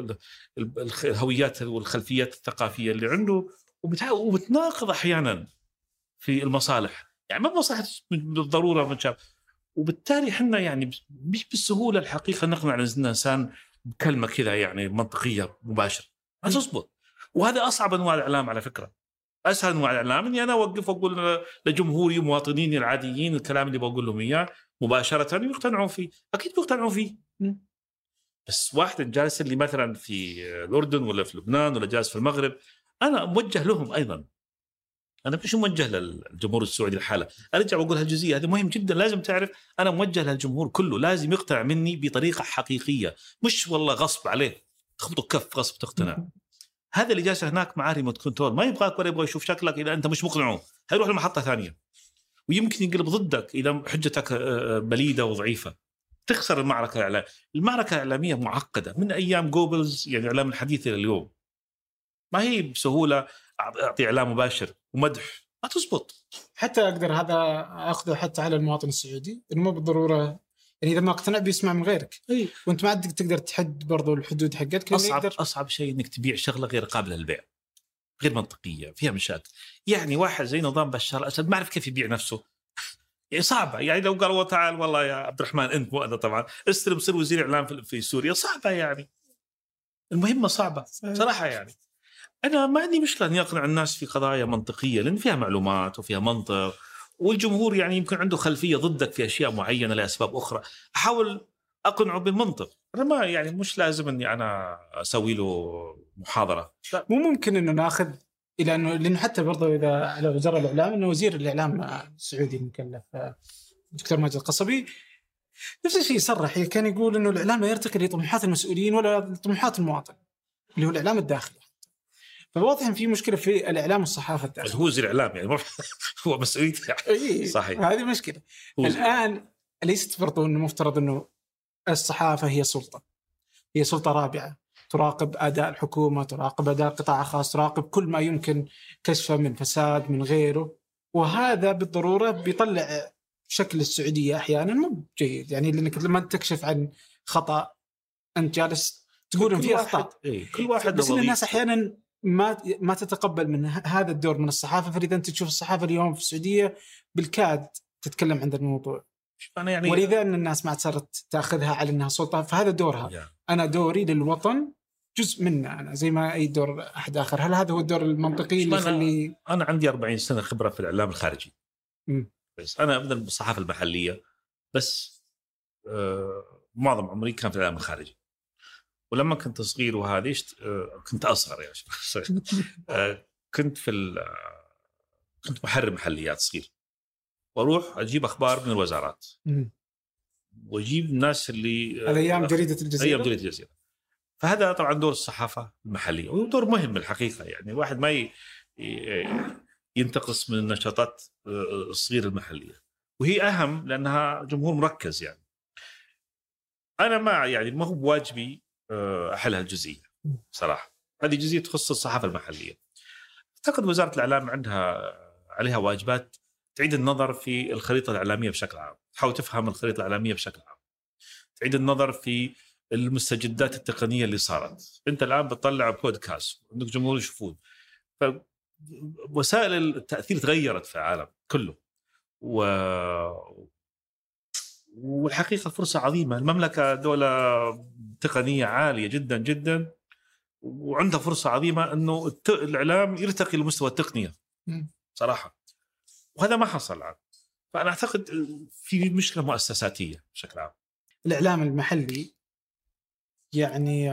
الهويات والخلفيات الثقافيه اللي عنده، وبتناقض احيانا في المصالح، يعني ما مصلحه بالضروره متشابه. وبالتالي احنا يعني مش بالسهوله الحقيقه نقنع الانسان بكلمه كذا يعني منطقيه مباشره، ما تزبط. وهذا اصعب انواع الاعلام على فكره. اسهل انواع الاعلام اني انا اوقف واقول لجمهوري ومواطنيني العاديين الكلام اللي بقول لهم اياه مباشره ويقتنعون فيه، اكيد بيقتنعون فيه. بس واحد جالس اللي مثلا في الاردن ولا في لبنان ولا جالس في المغرب، انا موجه لهم ايضا، انا مش موجه للجمهور السعودي الحاله. ارجع واقول هالجزئيه هذه مهم جدا، لازم تعرف انا موجه للجمهور كله، لازم يقتنع مني بطريقه حقيقيه، مش والله غصب عليه تخبطه كف غصب تقتنع. هذا اللي جالس هناك معاه ريموت كنترول، ما يبغاك ولا يبغى يشوف شكلك. اذا انت مش مقنعه هيروح لمحطه ثانيه، ويمكن ينقلب ضدك اذا حجتك بليده وضعيفه، تخسر المعركه الاعلاميه. المعركه الاعلاميه معقده من ايام جوبلز، يعني الاعلام الحديث الى اليوم، ما هي بسهوله اعطي اعلام مباشر ومدح، ما تزبط. حتى اقدر هذا اخذه حتى على المواطن السعودي، انه مو بالضروره يعني اذا ما اقتنع بيسمع من غيرك. أي. وانت ما عندك تقدر تحد برضو الحدود حقتك. اصعب يقدر... اصعب شيء انك تبيع شغله غير قابله للبيع، غير منطقيه، فيها مشاكل. يعني واحد زي نظام بشار الاسد ما عرف كيف يبيع نفسه، يعني صعبه. يعني لو قالوا تعال والله يا عبد الرحمن انت مو انا طبعا استلم صير وزير اعلام في سوريا، صعبه يعني، المهمه صعبه صراحه. يعني انا ما عندي مشكله اني اقنع الناس في قضايا منطقيه لان فيها معلومات وفيها منطق، والجمهور يعني يمكن عنده خلفيه ضدك في اشياء معينه لاسباب اخرى، احاول اقنعه بالمنطق. انا ما يعني مش لازم اني انا اسوي له محاضره، لا. مو ممكن انه ناخذ الى انه، لانه حتى برضه اذا على وزاره الاعلام انه وزير الاعلام السعودي المكلف الدكتور ماجد القصبي نفس الشيء صرح، كان يقول انه الاعلام لا يرتقي لطموحات المسؤولين ولا طموحات المواطن اللي هو الاعلام الداخلي. فواضح ان في مشكله في الاعلام والصحافه الداخليه. هو زي الاعلام يعني هو مسؤوليته يعني. صحيح، هذه مشكله. الان ليست برضو انه مفترض انه الصحافه هي سلطه هي سلطه رابعه تراقب اداء الحكومه، تراقب اداء القطاع الخاص، تراقب كل ما يمكن كشفه من فساد من غيره، وهذا بالضروره بيطلع شكل السعوديه احيانا مو جيد، يعني لانك لما تكشف عن خطا انت جالس تقول ان في اخطاء. إيه؟ كل واحد بس الناس احيانا ما ما تتقبل من هذا الدور من الصحافه. فاذا انت تشوف الصحافه اليوم في السعوديه بالكاد تتكلم عن الموضوع، أنا يعني ولذا ان الناس ما صارت تاخذها على انها سلطه، فهذا دورها. يعني. انا دوري للوطن جزء منه انا زي ما اي دور احد اخر. هل هذا هو الدور المنطقي اللي يخلي؟ أنا, انا عندي أربعين سنه خبره في الاعلام الخارجي. م. بس انا ابدا بالصحافه المحليه، بس آه معظم عمري كان في الاعلام الخارجي. ولما كنت صغير وهذه آه كنت اصغر يا شيخ آه كنت في كنت محرر محليات صغير، واروح اجيب اخبار من الوزارات م. واجيب الناس اللي هذا ايام جريده الجزيره. ايام جريده الجزيره. فهذا طبعا دور الصحافه المحليه، ودور مهم الحقيقه. يعني الواحد ما ي... ينتقص من النشاطات الصغيره المحليه، وهي اهم لانها جمهور مركز. يعني انا ما يعني ما هو بواجبي احلها الجزئيه صراحه، هذه جزئيه تخص الصحافه المحليه. اعتقد وزاره الاعلام عندها عليها واجبات تعيد النظر في الخريطه الاعلاميه بشكل عام، تحاول تفهم الخريطه الاعلاميه بشكل عام، تعيد النظر في المستجدات التقنيه اللي صارت. انت الان بتطلع بودكاست عندك جمهور يشوفون، فوسائل التاثير تغيرت في العالم كله، و... والحقيقه فرصه عظيمه. المملكه دوله تقنيه عاليه جدا جدا، وعندها فرصه عظيمه انه الت... الاعلام يرتقي لمستوى التقنيه صراحه، وهذا ما حصل الان. فانا اعتقد في مشكله مؤسساتيه بشكل عام. الاعلام المحلي يعني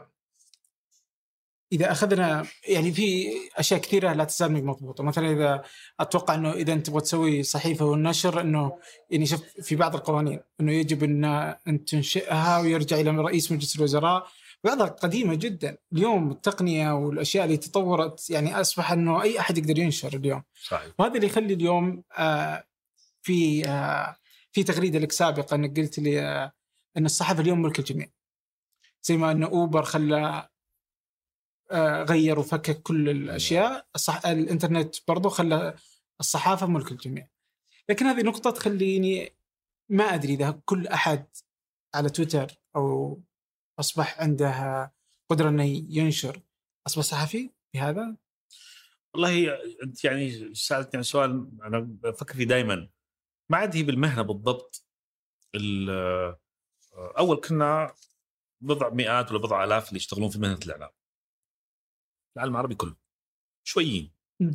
إذا أخذنا يعني في أشياء كثيرة لا تزال مضبوطة. مثلا إذا أتوقع أنه إذا أنت تبغى تسوي صحيفة والنشر أنه يعني شوف في بعض القوانين أنه يجب أن أن تنشئها ويرجع إلى رئيس مجلس الوزراء، بعضها قديمة جدا. اليوم التقنية والأشياء اللي تطورت يعني أصبح أنه أي أحد يقدر ينشر اليوم. صحيح. وهذا اللي يخلي اليوم آه في آه في تغريدة لك سابقا أنك قلت لي آه أن الصحافة اليوم ملك الجميع، زي ما أن أوبر خلى غير وفكك كل الأشياء. الصح... الإنترنت برضو خلى الصحافة ملك الجميع. لكن هذه نقطة تخليني ما أدري إذا كل أحد على تويتر أو أصبح عنده قدرة أن ينشر أصبح صحفي بهذا. والله أنت يعني سألتني عن سؤال أنا بفكر فيه دائما، ما عاد هي بالمهنة بالضبط. أول كنا بضع مئات ولا بضع آلاف اللي يشتغلون في مهنة الإعلام، العالم العربي كله شويين،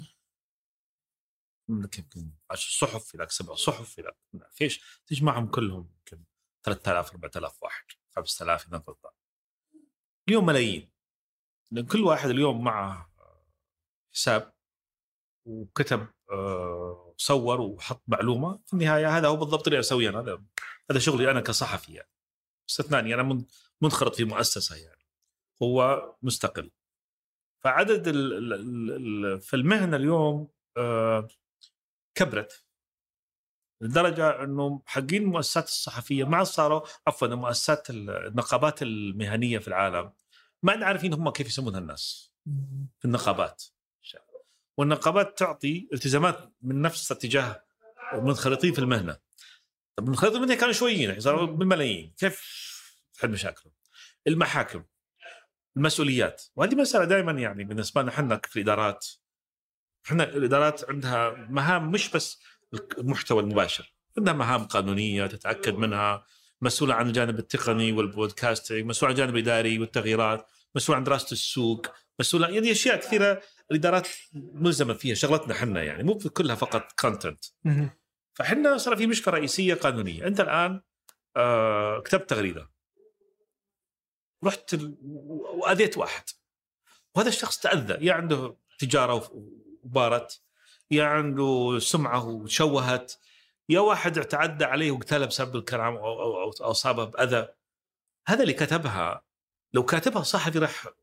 يمكن عشر صحف إلى سبع صحف إلى فيش تجمعهم كلهم يمكن ثلاثة آلاف أربعة آلاف واحد خمسة آلاف إذا تطلع. اليوم ملايين، لأن كل واحد اليوم معه حساب وكتب آه صور وحط معلومة. في النهاية هذا هو بالضبط اللي أسويه أنا، هذا هذا شغلي أنا كصحفي. يعني استثناني أنا منخرط في مؤسسة، يعني هو مستقل. فعدد ال ال في المهنة اليوم آه كبرت لدرجة أنه حقين المؤسسات الصحفية ما صاروا عفوا مؤسسات النقابات المهنية في العالم ما عارفين هم كيف يسمونها الناس في النقابات. والنقابات تعطي التزامات من نفس اتجاه منخرطين في المهنة. طب المنخرطين في المهنة كانوا شويين صاروا بالملايين، كيف تحل مشاكلهم؟ المحاكم، المسؤوليات، وهذه مسألة دائما يعني بالنسبة لنا احنا في الإدارات، احنا الإدارات عندها مهام مش بس المحتوى المباشر، عندها مهام قانونية تتأكد منها، مسؤولة عن الجانب التقني والبودكاستنج، مسؤولة عن الجانب الإداري والتغييرات، مسؤولة عن دراسة السوق، مسؤولة يعني أشياء كثيرة الإدارات ملزمة فيها. شغلتنا حنا يعني مو كلها فقط كونتنت. فحنا صار في مشكلة رئيسية قانونية. أنت الآن آه كتبت تغريدة، رحت وأذيت واحد، وهذا الشخص تأذى، يا عنده تجارة وبارت، يا عنده سمعة وشوهت، يا واحد اعتدى عليه وقتله بسبب الكلام أو, أو, أو أصابه بأذى. هذا اللي كتبها لو كاتبها صحفي راح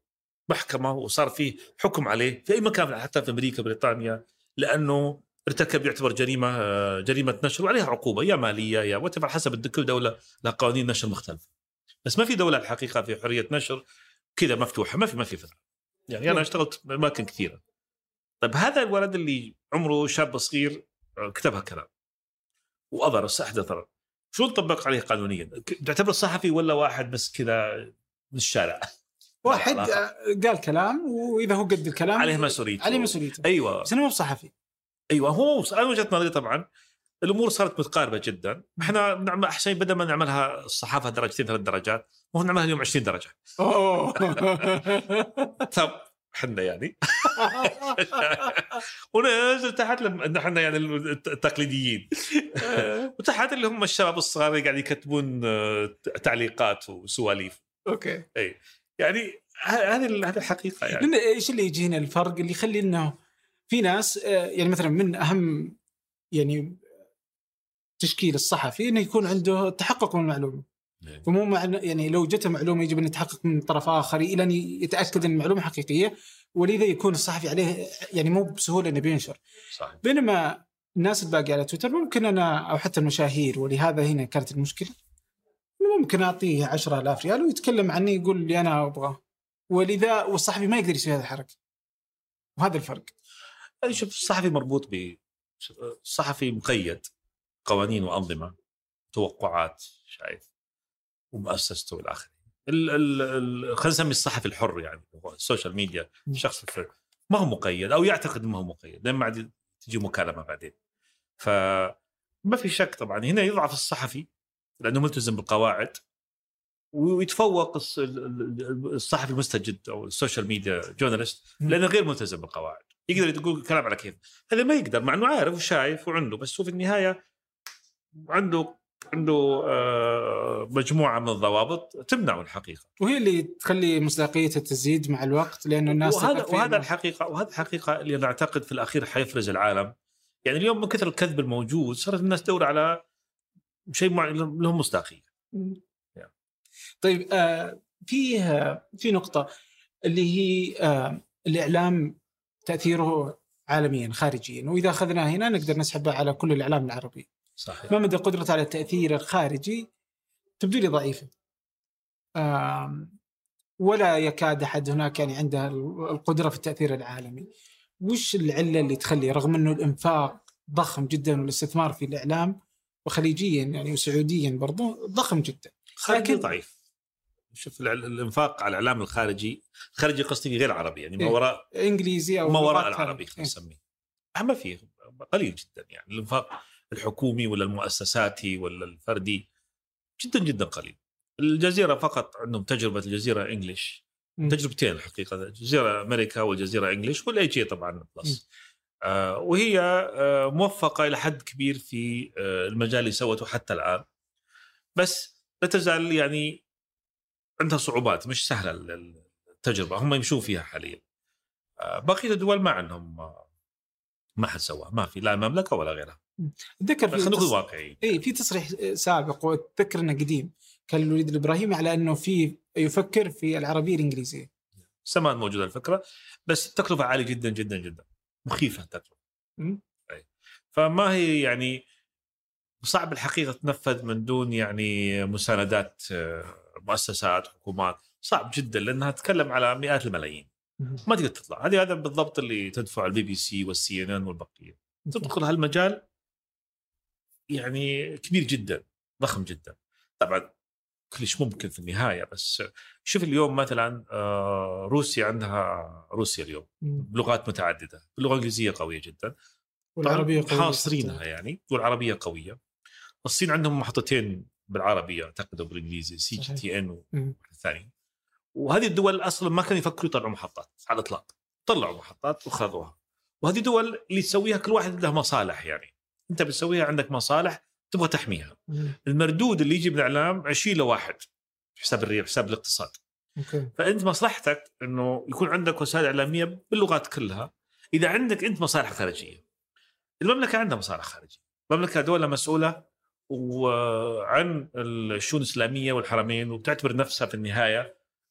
محكمة وصار فيه حكم عليه في أي مكان حتى في أمريكا بريطانيا لأنه ارتكب يعتبر جريمة جريمة نشر وعليها عقوبة يا مالية يا وتبع حسب كل دولة لها قوانين نشر مختلفة. بس ما في دولة الحقيقة في حرية نشر كذا مفتوحة، ما في ما في فترة يعني. أنا اشتغلت بأماكن كثيرة. طيب هذا الولد اللي عمره شاب صغير كتب هالكلام وأضر أحدث ضرر، شو نطبق عليه قانونيا؟ تعتبر صحفي ولا واحد بس كذا من الشارع؟ واحد قال كلام وإذا هو قد الكلام عليه مسؤوليته. عليه مسؤوليته. أيوة. بس أنا مو بصحفي. أيوة هو أنا وجهة نظري طبعا الأمور صارت متقاربة جدا. إحنا نعمل أحسن بدل ما نعملها الصحافة درجتين ثلاث درجات وهو نعملها اليوم عشرين درجة. أوه. طب حنا يعني ونزل تحت لما احنا يعني التقليديين وتحت اللي هم الشباب الصغار اللي قاعد يكتبون تعليقات وسواليف. اوكي. اي يعني هذه هذه الحقيقه يعني. ايش اللي يجي هنا الفرق اللي يخلي انه في ناس يعني مثلا من اهم يعني تشكيل الصحفي انه يكون عنده تحقق من المعلومه. فمو معنى يعني لو جت معلومه يجب ان يتحقق من طرف اخر الى ان يتاكد ان المعلومه حقيقيه، ولذا يكون الصحفي عليه يعني مو بسهوله انه بينشر. صحيح. بينما الناس الباقيه على تويتر ممكن انا او حتى المشاهير، ولهذا هنا كانت المشكله، ممكن اعطيه عشرة آلاف ريال ويتكلم عني يقول لي انا ابغاه، ولذا والصحفي ما يقدر يسوي هذا الحركه. وهذا الفرق. شوف الصحفي مربوط ب الصحفي مقيد قوانين وانظمه توقعات شايف ومؤسسته والى اخره. خلينا نسمي الصحفي الحر يعني السوشيال ميديا شخص ما هو مقيد او يعتقد ما هو مقيد لما بعد تجي مكالمه بعدين. فما في شك طبعا هنا يضعف الصحفي لانه ملتزم بالقواعد ويتفوق الصحفي المستجد او السوشيال ميديا جورناليست لانه غير ملتزم بالقواعد. يقدر يقول كلام على كيف، هذا ما يقدر مع انه عارف وشايف وعنده، بس هو في النهايه عنده عنده مجموعة من الضوابط تمنع الحقيقة، وهي اللي تخلي مصداقيته تزيد مع الوقت لأنه الناس وهذا وهذا الحقيقة وهذا الحقيقة اللي نعتقد في الأخير حيفرز العالم. يعني اليوم من كثر الكذب الموجود صارت الناس تدور على شيء لهم مصداقية. يعني. طيب آه في في نقطة اللي هي آه الإعلام تأثيره عالميا خارجيا، وإذا أخذنا هنا نقدر نسحبها على كل الإعلام العربي. صحيح. ما مدى قدرته على التأثير الخارجي؟ تبدو لي ضعيفة، ولا يكاد أحد هناك يعني عنده القدرة في التأثير العالمي. وش العلة اللي تخلي رغم أنه الإنفاق ضخم جدا والاستثمار في الإعلام وخليجيا يعني وسعوديا برضو ضخم جدا لكن ضعيف؟ شوف الإنفاق على الإعلام الخارجي خارجي قصدي غير عربي يعني ما وراء إيه؟ إنجليزي أو ما وراء العربي خلينا نسميه إيه؟ ما فيه قليل جدا يعني الإنفاق الحكومي ولا المؤسساتي ولا الفردي جدا جدا قليل. الجزيرة فقط عندهم تجربة الجزيرة إنجليش، تجربتين الحقيقة، الجزيرة أمريكا والجزيرة إنجليش والأي جي طبعا بلس. آه وهي آه موفقة إلى حد كبير في آه المجال اللي سوته حتى الآن، بس لا تزال يعني عندها صعوبات مش سهلة التجربة هم يمشون فيها حاليا. آه بقية الدول ما عندهم آه ما حد سواها، ما في لا مملكة ولا غيرها. اتذكر في تص... واقعي اي في تصريح سابق واتذكر انه قديم كان الوليد الابراهيمي على انه في يفكر في العربيه الانجليزيه. زمان موجوده الفكره بس التكلفه عاليه جدا جدا جدا مخيفه التكلفه. اي فما هي يعني صعب الحقيقه تنفذ من دون يعني مساندات مؤسسات حكومات، صعب جدا لانها تتكلم على مئات الملايين ما تقدر تطلع. هذه هذا بالضبط اللي تدفع البي بي سي والسي ان ان والبقيه تدخل هالمجال يعني كبير جدا ضخم جدا. طبعا كلش ممكن في النهاية، بس شوف اليوم مثلا روسيا عندها روسيا اليوم بلغات متعددة، باللغة الإنجليزية قوية جدا والعربية قوية حاصرينها يعني، والعربية قوية. الصين عندهم محطتين بالعربية أعتقد بالإنجليزي سي جي تي إن والثاني، وهذه الدول أصلا ما كانوا يفكروا يطلعوا محطات على الإطلاق، طلعوا محطات وخذوها. وهذه دول اللي تسويها كل واحد له مصالح، يعني أنت بتسويها عندك مصالح تبغى تحميها. مم. المردود اللي يجي من الإعلام عشرين لواحد حساب الريال حساب الاقتصاد. أوكي. فأنت مصلحتك إنه يكون عندك وسائل إعلامية باللغات كلها. إذا عندك أنت مصالح خارجية، المملكة عندها مصالح خارجية، المملكة دولة مسؤولة وعن الشؤون الإسلامية والحرمين وبتعتبر نفسها في النهاية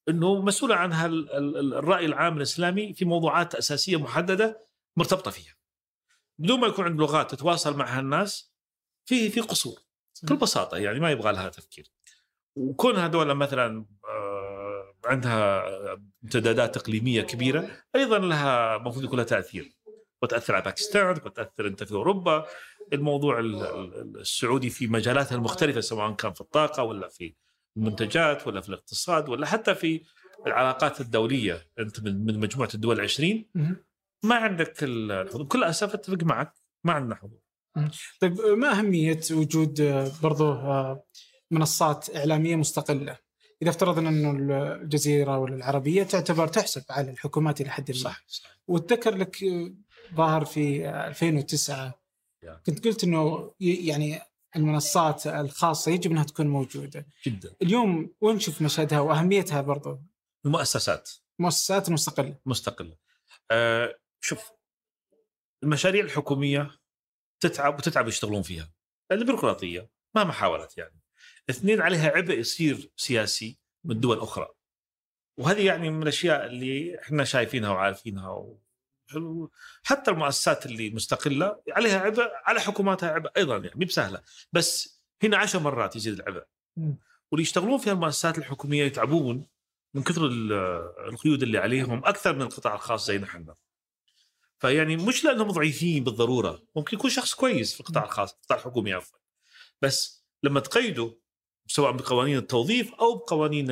انه مسؤوله عنها الراي العام الاسلامي في موضوعات اساسيه محدده مرتبطه فيها، بدون ما يكون عنده لغات تتواصل معها الناس، في في قصور بكل بساطه، يعني ما يبغى لها تفكير. وكون هذول مثلا عندها امتدادات اقليميه كبيره ايضا لها المفروض يكون لها تاثير، وتاثر على باكستان، وتاثر انت في اوروبا. الموضوع السعودي في مجالاتها المختلفه، سواء كان في الطاقه ولا في المنتجات ولا في الاقتصاد ولا حتى في العلاقات الدوليه، انت من مجموعه الدول العشرين ما عندك الحضور. بكل اسف اتفق معك، ما عندنا حضور. طيب ما اهميه وجود برضو منصات اعلاميه مستقله اذا افترضنا انه الجزيره ولا العربيه تعتبر تحسب على الحكومات الى حد ما؟ صح صح. واتذكر لك ظاهر في ألفين وتسعة كنت قلت انه يعني المنصات الخاصه يجب انها تكون موجوده جدا. اليوم وين نشوف مشهدها واهميتها برضو؟ المؤسسات مؤسسات مستقله مستقله. أه شوف، المشاريع الحكوميه تتعب وتتعب يشتغلون فيها، البيروقراطيه مهما حاولت. يعني اثنين، عليها عبء يصير سياسي من دول اخرى، وهذه يعني من الاشياء اللي احنا شايفينها وعارفينها. و... حتى المؤسسات اللي مستقله عليها عبء، على حكوماتها عبء ايضا، يعني مو بسهله، بس هنا عشر مرات يزيد العبء. واللي يشتغلون في المؤسسات الحكوميه يتعبون من كثر القيود اللي عليهم اكثر من القطاع الخاص زينا احنا. فيعني مش لانهم ضعيفين بالضروره، ممكن يكون شخص كويس في القطاع الخاص، القطاع الحكومي عفوا، بس لما تقيده سواء بقوانين التوظيف او بقوانين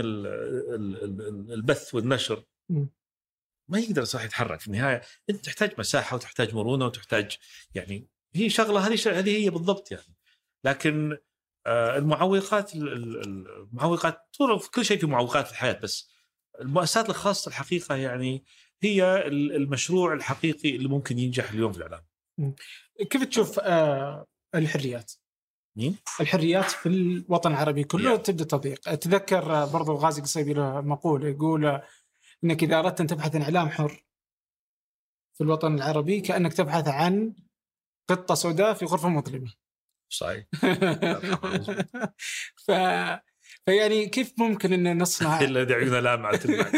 البث والنشر ما يقدر صح يتحرك. في النهايه انت تحتاج مساحه وتحتاج مرونه وتحتاج، يعني هي شغله، هذه هذه هي بالضبط يعني. لكن المعوقات المعوقات في كل شيء، في معوقات في الحياه، بس المؤسسات الخاصه الحقيقه يعني هي المشروع الحقيقي اللي ممكن ينجح اليوم في الاعلام. كيف تشوف آه الحريات؟ مين؟ الحريات في الوطن العربي كله تبدأ تضيق. أتذكر برضو الغازي قصيبي له مقولة يقول إنك إذا أردت أن تبحث عن إعلام حر في الوطن العربي كأنك تبحث عن قطة سوداء في غرفة مظلمة. صحيح. ف... فيعني كيف ممكن أن نصنع إلا دعينا لا مع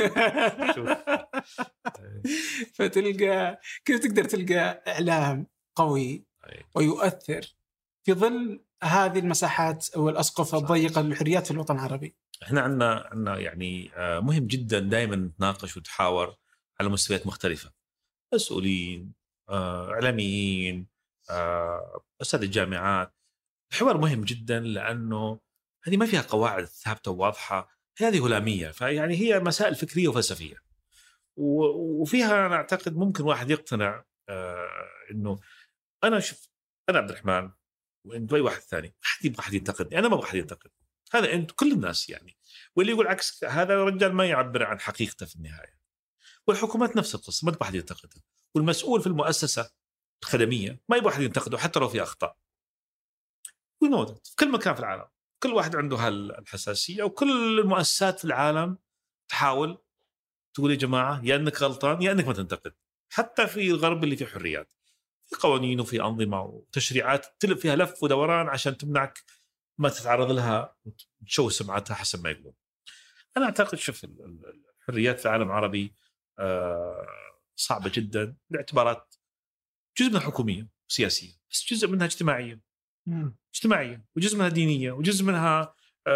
فتلقى كيف تقدر تلقى إعلام قوي ويؤثر في ظل هذه المساحات أو الأسقف الضيقة للحريات في الوطن العربي؟ احنا عندنا عندنا يعني مهم جدا دائما نتناقش وتحاور على مستويات مختلفة، مسؤولين، إعلاميين، أستاذ الجامعات. الحوار مهم جدا لأنه هذه ما فيها قواعد ثابتة وواضحة، هذه هلامية، فيعني هي مسائل فكرية وفلسفية، وفيها أنا أعتقد ممكن واحد يقتنع إنه أنا شوف أنا عبد الرحمن وانت اي واحد ثاني، احد يبغى احد ينتقدني، انا ما ابغى احد ينتقد، هذا انت كل الناس يعني. واللي يقول عكس هذا الرجال ما يعبر عن حقيقته في النهايه. والحكومات نفس القصه، ما تبغى احد ينتقدها، والمسؤول في المؤسسه الخدميه ما يبغى احد ينتقده حتى لو في اخطاء. ونود في كل مكان في العالم، كل واحد عنده هالحساسيه، وكل المؤسسات في العالم تحاول تقول يا جماعه يا انك غلطان يا انك ما تنتقد. حتى في الغرب اللي فيه حريات، في قوانين وفي أنظمة وتشريعات تلف فيها لف ودوران عشان تمنعك ما تتعرض لها وتشوه سمعتها حسب ما يقولون. أنا أعتقد شوف الحريات في العالم العربي صعبة جدا باعتبارات جزء منها حكومية وسياسية، بس جزء منها اجتماعية اجتماعية وجزء منها دينية وجزء منها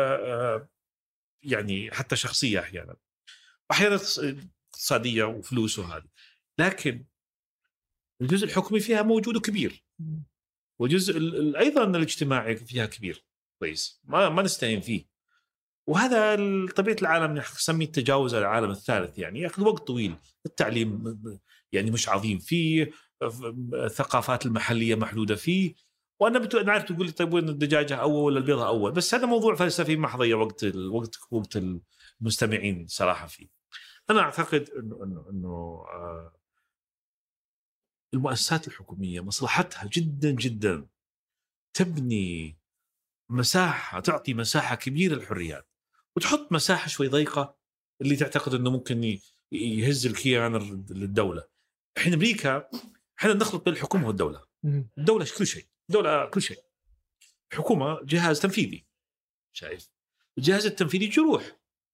يعني حتى شخصية أحيانا، وأحيانا اقتصادية وفلوس وهذه. لكن الجزء الحكومي فيها موجود وكبير، وجزء أيضا الاجتماعي فيها كبير كويس، ما ما نستهين فيه. وهذا طبيعة العالم نسميه التجاوز على العالم الثالث، يعني يأخذ وقت طويل. التعليم يعني مش عظيم فيه، الثقافات المحلية محدودة فيه. وأنا بتو... أنا عارف تقول لي طيب وين الدجاجة أول ولا البيضة أول، بس هذا موضوع فلسفي ما حضيع وقت الوقت وقت المستمعين صراحة فيه. أنا أعتقد إنه إنه إنه آه المؤسسات الحكومية مصلحتها جدا جدا تبني مساحة، تعطي مساحة كبيرة للحريات، وتحط مساحة شوي ضيقة اللي تعتقد أنه ممكن يهز الكيان للدولة. إحنا أمريكا إحنا نخلط بين الحكومة والدولة. الدولة كل شيء، الدولة كل شيء. الحكومة جهاز تنفيذي، شايف الجهاز التنفيذي جروح،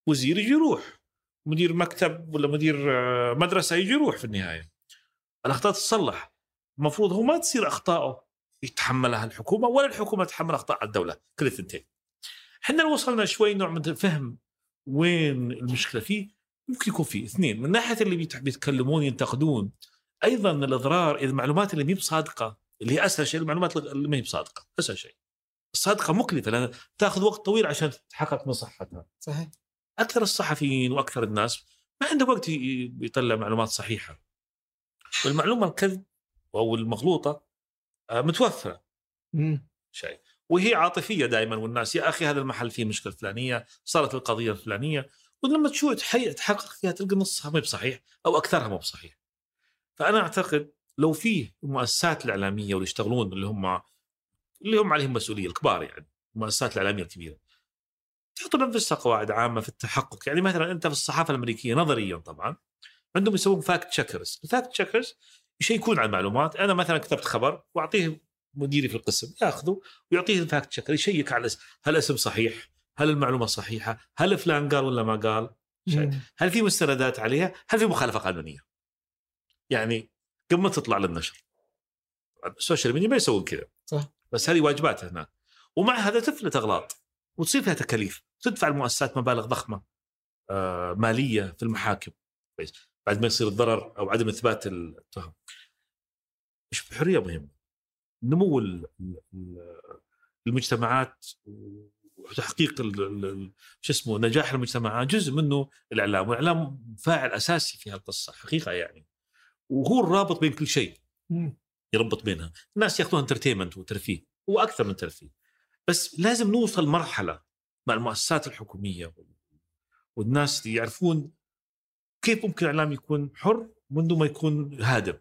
وزير يجي يروح، مدير مكتب ولا مدير مدرسة يجي يروح، في النهاية الأخطاء تصلح. المفروض هو ما تصير أخطاءه يتحملها الحكومة ولا الحكومة تتحمل أخطاء الدولة، كل الثنتين. حنا وصلنا شوي نوع من فهم وين المشكلة فيه. ممكن يكون فيه اثنين، من ناحية اللي بيتكلمون ينتقدون أيضا الأضرار إذا المعلومات اللي مي بصادقة، اللي هي أسهل شيء المعلومات اللي مي بصادقة، أسهل شيء الصادقة مكلفة لأن تأخذ وقت طويل عشان تتحقق من صحتها. صحيح. أكثر الصحفيين وأكثر الناس ما عنده وقت يطلع معلومات صحيحة، والمعلومة الكذب أو المغلوطة متوفرة شيء، وهي عاطفية دائما، والناس يا أخي هذا المحل فيه مشكلة فلانية، صارت القضية الفلانية، ولما تشوف تحقق فيها تلقى نصها ما بصحيح أو أكثرها ما بصحيح. فأنا أعتقد لو فيه المؤسسات الإعلامية واللي يشتغلون اللي هم اللي هم عليهم مسؤولية الكبار، يعني المؤسسات الإعلامية الكبيرة، تحط نفسها قواعد عامة في التحقق. يعني مثلا أنت في الصحافة الأمريكية نظريا طبعا عندهم يسوون فاكت تشيكرز. الفاكت تشيكرز يشيكون على المعلومات. أنا مثلا كتبت خبر وأعطيه مديري في القسم يأخذه ويعطيه الفاكت تشيكر يشيك على هل الاسم صحيح، هل المعلومة صحيحة، هل فلان قال ولا ما قال شيء، هل في مستندات عليها، هل في مخالفة قانونية. يعني قبل ما تطلع للنشر السوشيال ميديا ما يسوون كذا، بس هذه واجباتها هناك. ومع هذا تفلت أغلاط وتصير فيها تكاليف، تدفع المؤسسات مبالغ ضخمة آه مالية في المحاكم بعد ما يصير الضرر أو عدم إثبات التهم. مش بحرية مهمة. نمو المجتمعات وتحقيق شو اسمه نجاح المجتمعات جزء منه الإعلام، والإعلام فاعل أساسي في هالقصة حقيقة يعني، وهو الرابط بين كل شيء، يربط بينها. الناس يأخذون انترتينمنت وترفيه، هو أكثر من ترفيه، بس لازم نوصل مرحلة مع المؤسسات الحكومية والناس يعرفون كيف ممكن الإعلام يكون حر منذ ما يكون هادم.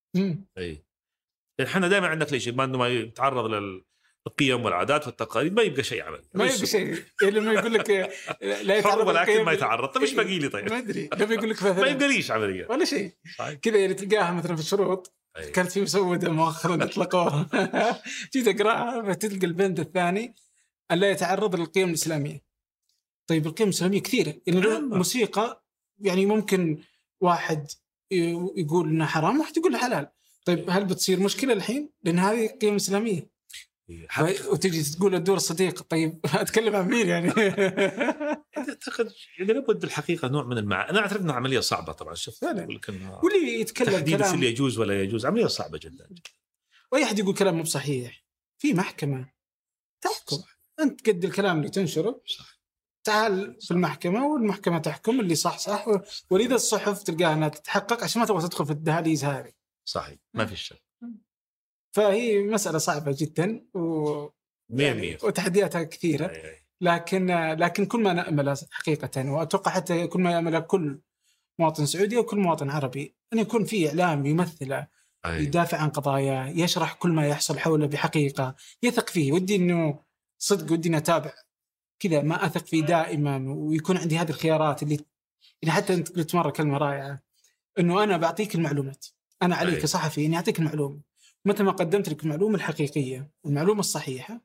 أي يعني احنا دائما عندنا كل شيء ما انه ما يتعرض للقيم والعادات والتقاليد ما يبقى شيء عملي، ما يبقى شيء. لما يقول لك لا يتعرض ولكن ما يتعرض، طيب ايش باقي لي؟ طيب ما ادري لما يقول لك مثلا ما يبقى ليش عمليه ولا شيء كذا اللي تلقاها مثلا في الشروط. أيه. كانت في مسوده مؤخرا اطلقوها جيت اقراها فتلقى البند الثاني الا يتعرض للقيم الاسلاميه. طيب القيم الاسلاميه كثيره، يعني الموسيقى يعني ممكن واحد يقول انها حرام واحد يقول حلال. طيب هل بتصير مشكلة الحين؟ لأن هذه قيم إسلامية وتجي تقول الدور الصديق. طيب أتكلم عن مين يعني؟ أعتقد إذا لابد الحقيقة نوع من المع. أنا أعتقد أنها عملية صعبة طبعا. شوف واللي يتكلم تحديد كلام اللي يجوز ولا يجوز عملية صعبة جدا. وأي أحد يقول كلام مو صحيح في محكمة تحكم. صح. أنت قد الكلام اللي تنشره صح. تعال في المحكمة والمحكمة تحكم اللي صح صح، ولذا الصحف تلقاها أنها تتحقق عشان ما تبغى تدخل في الدهاليز هذه. صحيح ما في شك. فهي مسألة صعبة جدا و... يعني وتحدياتها كثيرة. أي أي. لكن لكن كل ما نأمل حقيقة، وأتوقع حتى كل ما يأمل كل مواطن سعودي وكل مواطن عربي، أن يكون في إعلام يمثله، يدافع عن قضايا، يشرح كل ما يحصل حوله بحقيقة، يثق فيه. ودي إنه صدق ودي نتابع كذا، ما أثق فيه دائما، ويكون عندي هذه الخيارات اللي يعني حتى أنت قلت مرة كلمة رائعة إنه أنا بعطيك المعلومات، أنا عليك كصحفي إني أعطيك المعلومة، متى ما قدمت لك المعلومة الحقيقية والمعلومة الصحيحة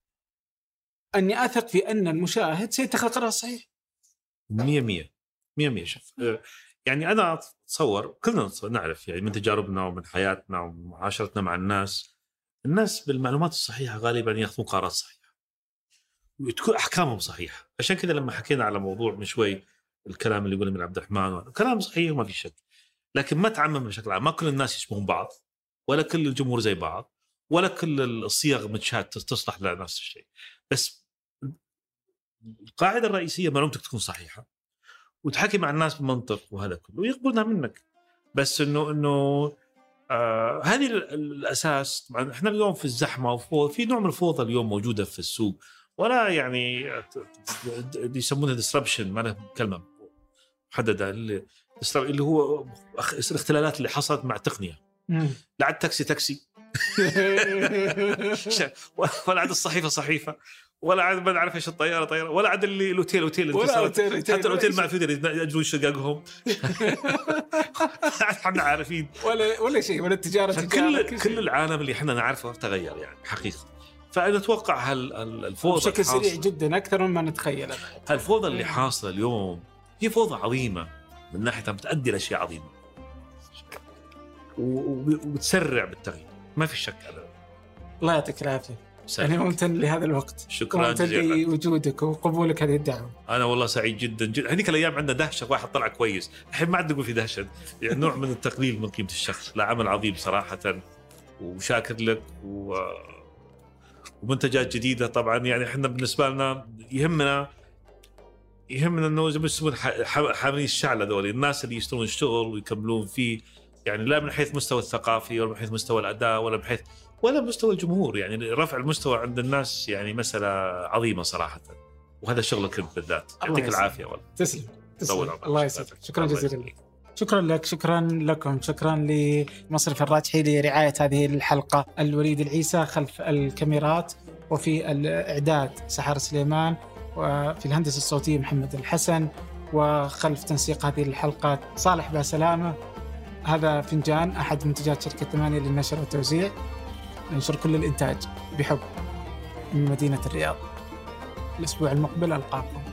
أني أثق في أن المشاهد سيتخذ قرار صحيح. مية مية مية مية شوف يعني أنا أتصور كلنا نعرف يعني من تجاربنا ومن حياتنا ومعاشرتنا مع الناس، الناس بالمعلومات الصحيحة غالبا يأخذون قرارات صحيحة وتكون أحكامهم صحيحة. عشان كذا لما حكينا على موضوع من شوي الكلام اللي يقوله من عبد الرحمن كلام صحيح وما في شك، لكن ما تعمم بشكل عام. ما كل الناس يشبهون بعض، ولا كل الجمهور زي بعض، ولا كل الصيغ متشابهة تصلح لنفس الشيء. بس القاعدة الرئيسية معلومتك تكون صحيحة وتحكي مع الناس بمنطق، وهذا كله ويقبلونها منك. بس إنه إنه آه هذه الأساس. طبعا إحنا اليوم في الزحمة وفوضى، في نوع من الفوضى اليوم موجودة في السوق، ولا يعني يسمونها disruption، ما له كلمة محددة، اللي اللي هو الاختلالات اللي حصلت مع التقنية. لا عاد تاكسي تاكسي ولا عاد الصحيفة صحيفة، ولا عاد ما نعرف ايش الطيارة طيارة، ولا عاد اللي الاوتيل اوتيل، حتى الاوتيل ما في يجرون شققهم احنا عارفين ولا ولا شيء، ولا التجارة كل كل العالم اللي احنا نعرفه تغير يعني حقيقة. فأنا أتوقع هالفوضى بشكل سريع جدا أكثر مما نتخيل. هالفوضى اللي حاصلة اليوم هي فوضى عظيمة من ناحية بتؤدي لأشياء عظيمة وبتسرع بالتغيير، ما في شك أبدا. الله يعطيك العافية. أنا ممتن لهذا الوقت. شكرا جزيلا لوجودك وقبولك هذه الدعوة. أنا والله سعيد جدا جدا. هذيك الأيام عندنا دهشة، واحد طلع كويس، الحين ما عاد نقول في دهشة، يعني نوع من التقليل من قيمة الشخص. لا، عمل عظيم صراحة، وشاكر لك و... ومنتجات جديدة طبعا. يعني احنا بالنسبة لنا يهمنا يهمنا انه زي ما يسمون حاملين الشعلة ذول، الناس اللي يشتغلون الشغل ويكملون فيه، يعني لا من حيث مستوى الثقافي ولا من حيث مستوى الأداء ولا من حيث ولا مستوى الجمهور. يعني رفع المستوى عند الناس يعني مسألة عظيمة صراحة، وهذا شغلك انت بالذات. يعطيك العافية والله. تسلم تسلم. الله يسعدك. شكرا جزيلا لك. شكرا لك. شكرا لكم. شكرا لمصرف الراجحي لرعاية هذه الحلقة. الوليد العيسى خلف الكاميرات، وفي الإعداد سحر سليمان، وفي الهندسة الصوتية محمد الحسن، وخلف تنسيق هذه الحلقات صالح باسلامة. هذا فنجان، أحد منتجات شركة ثمانية للنشر والتوزيع، ننشر كل الإنتاج بحب من مدينة الرياض. الأسبوع المقبل ألقاكم.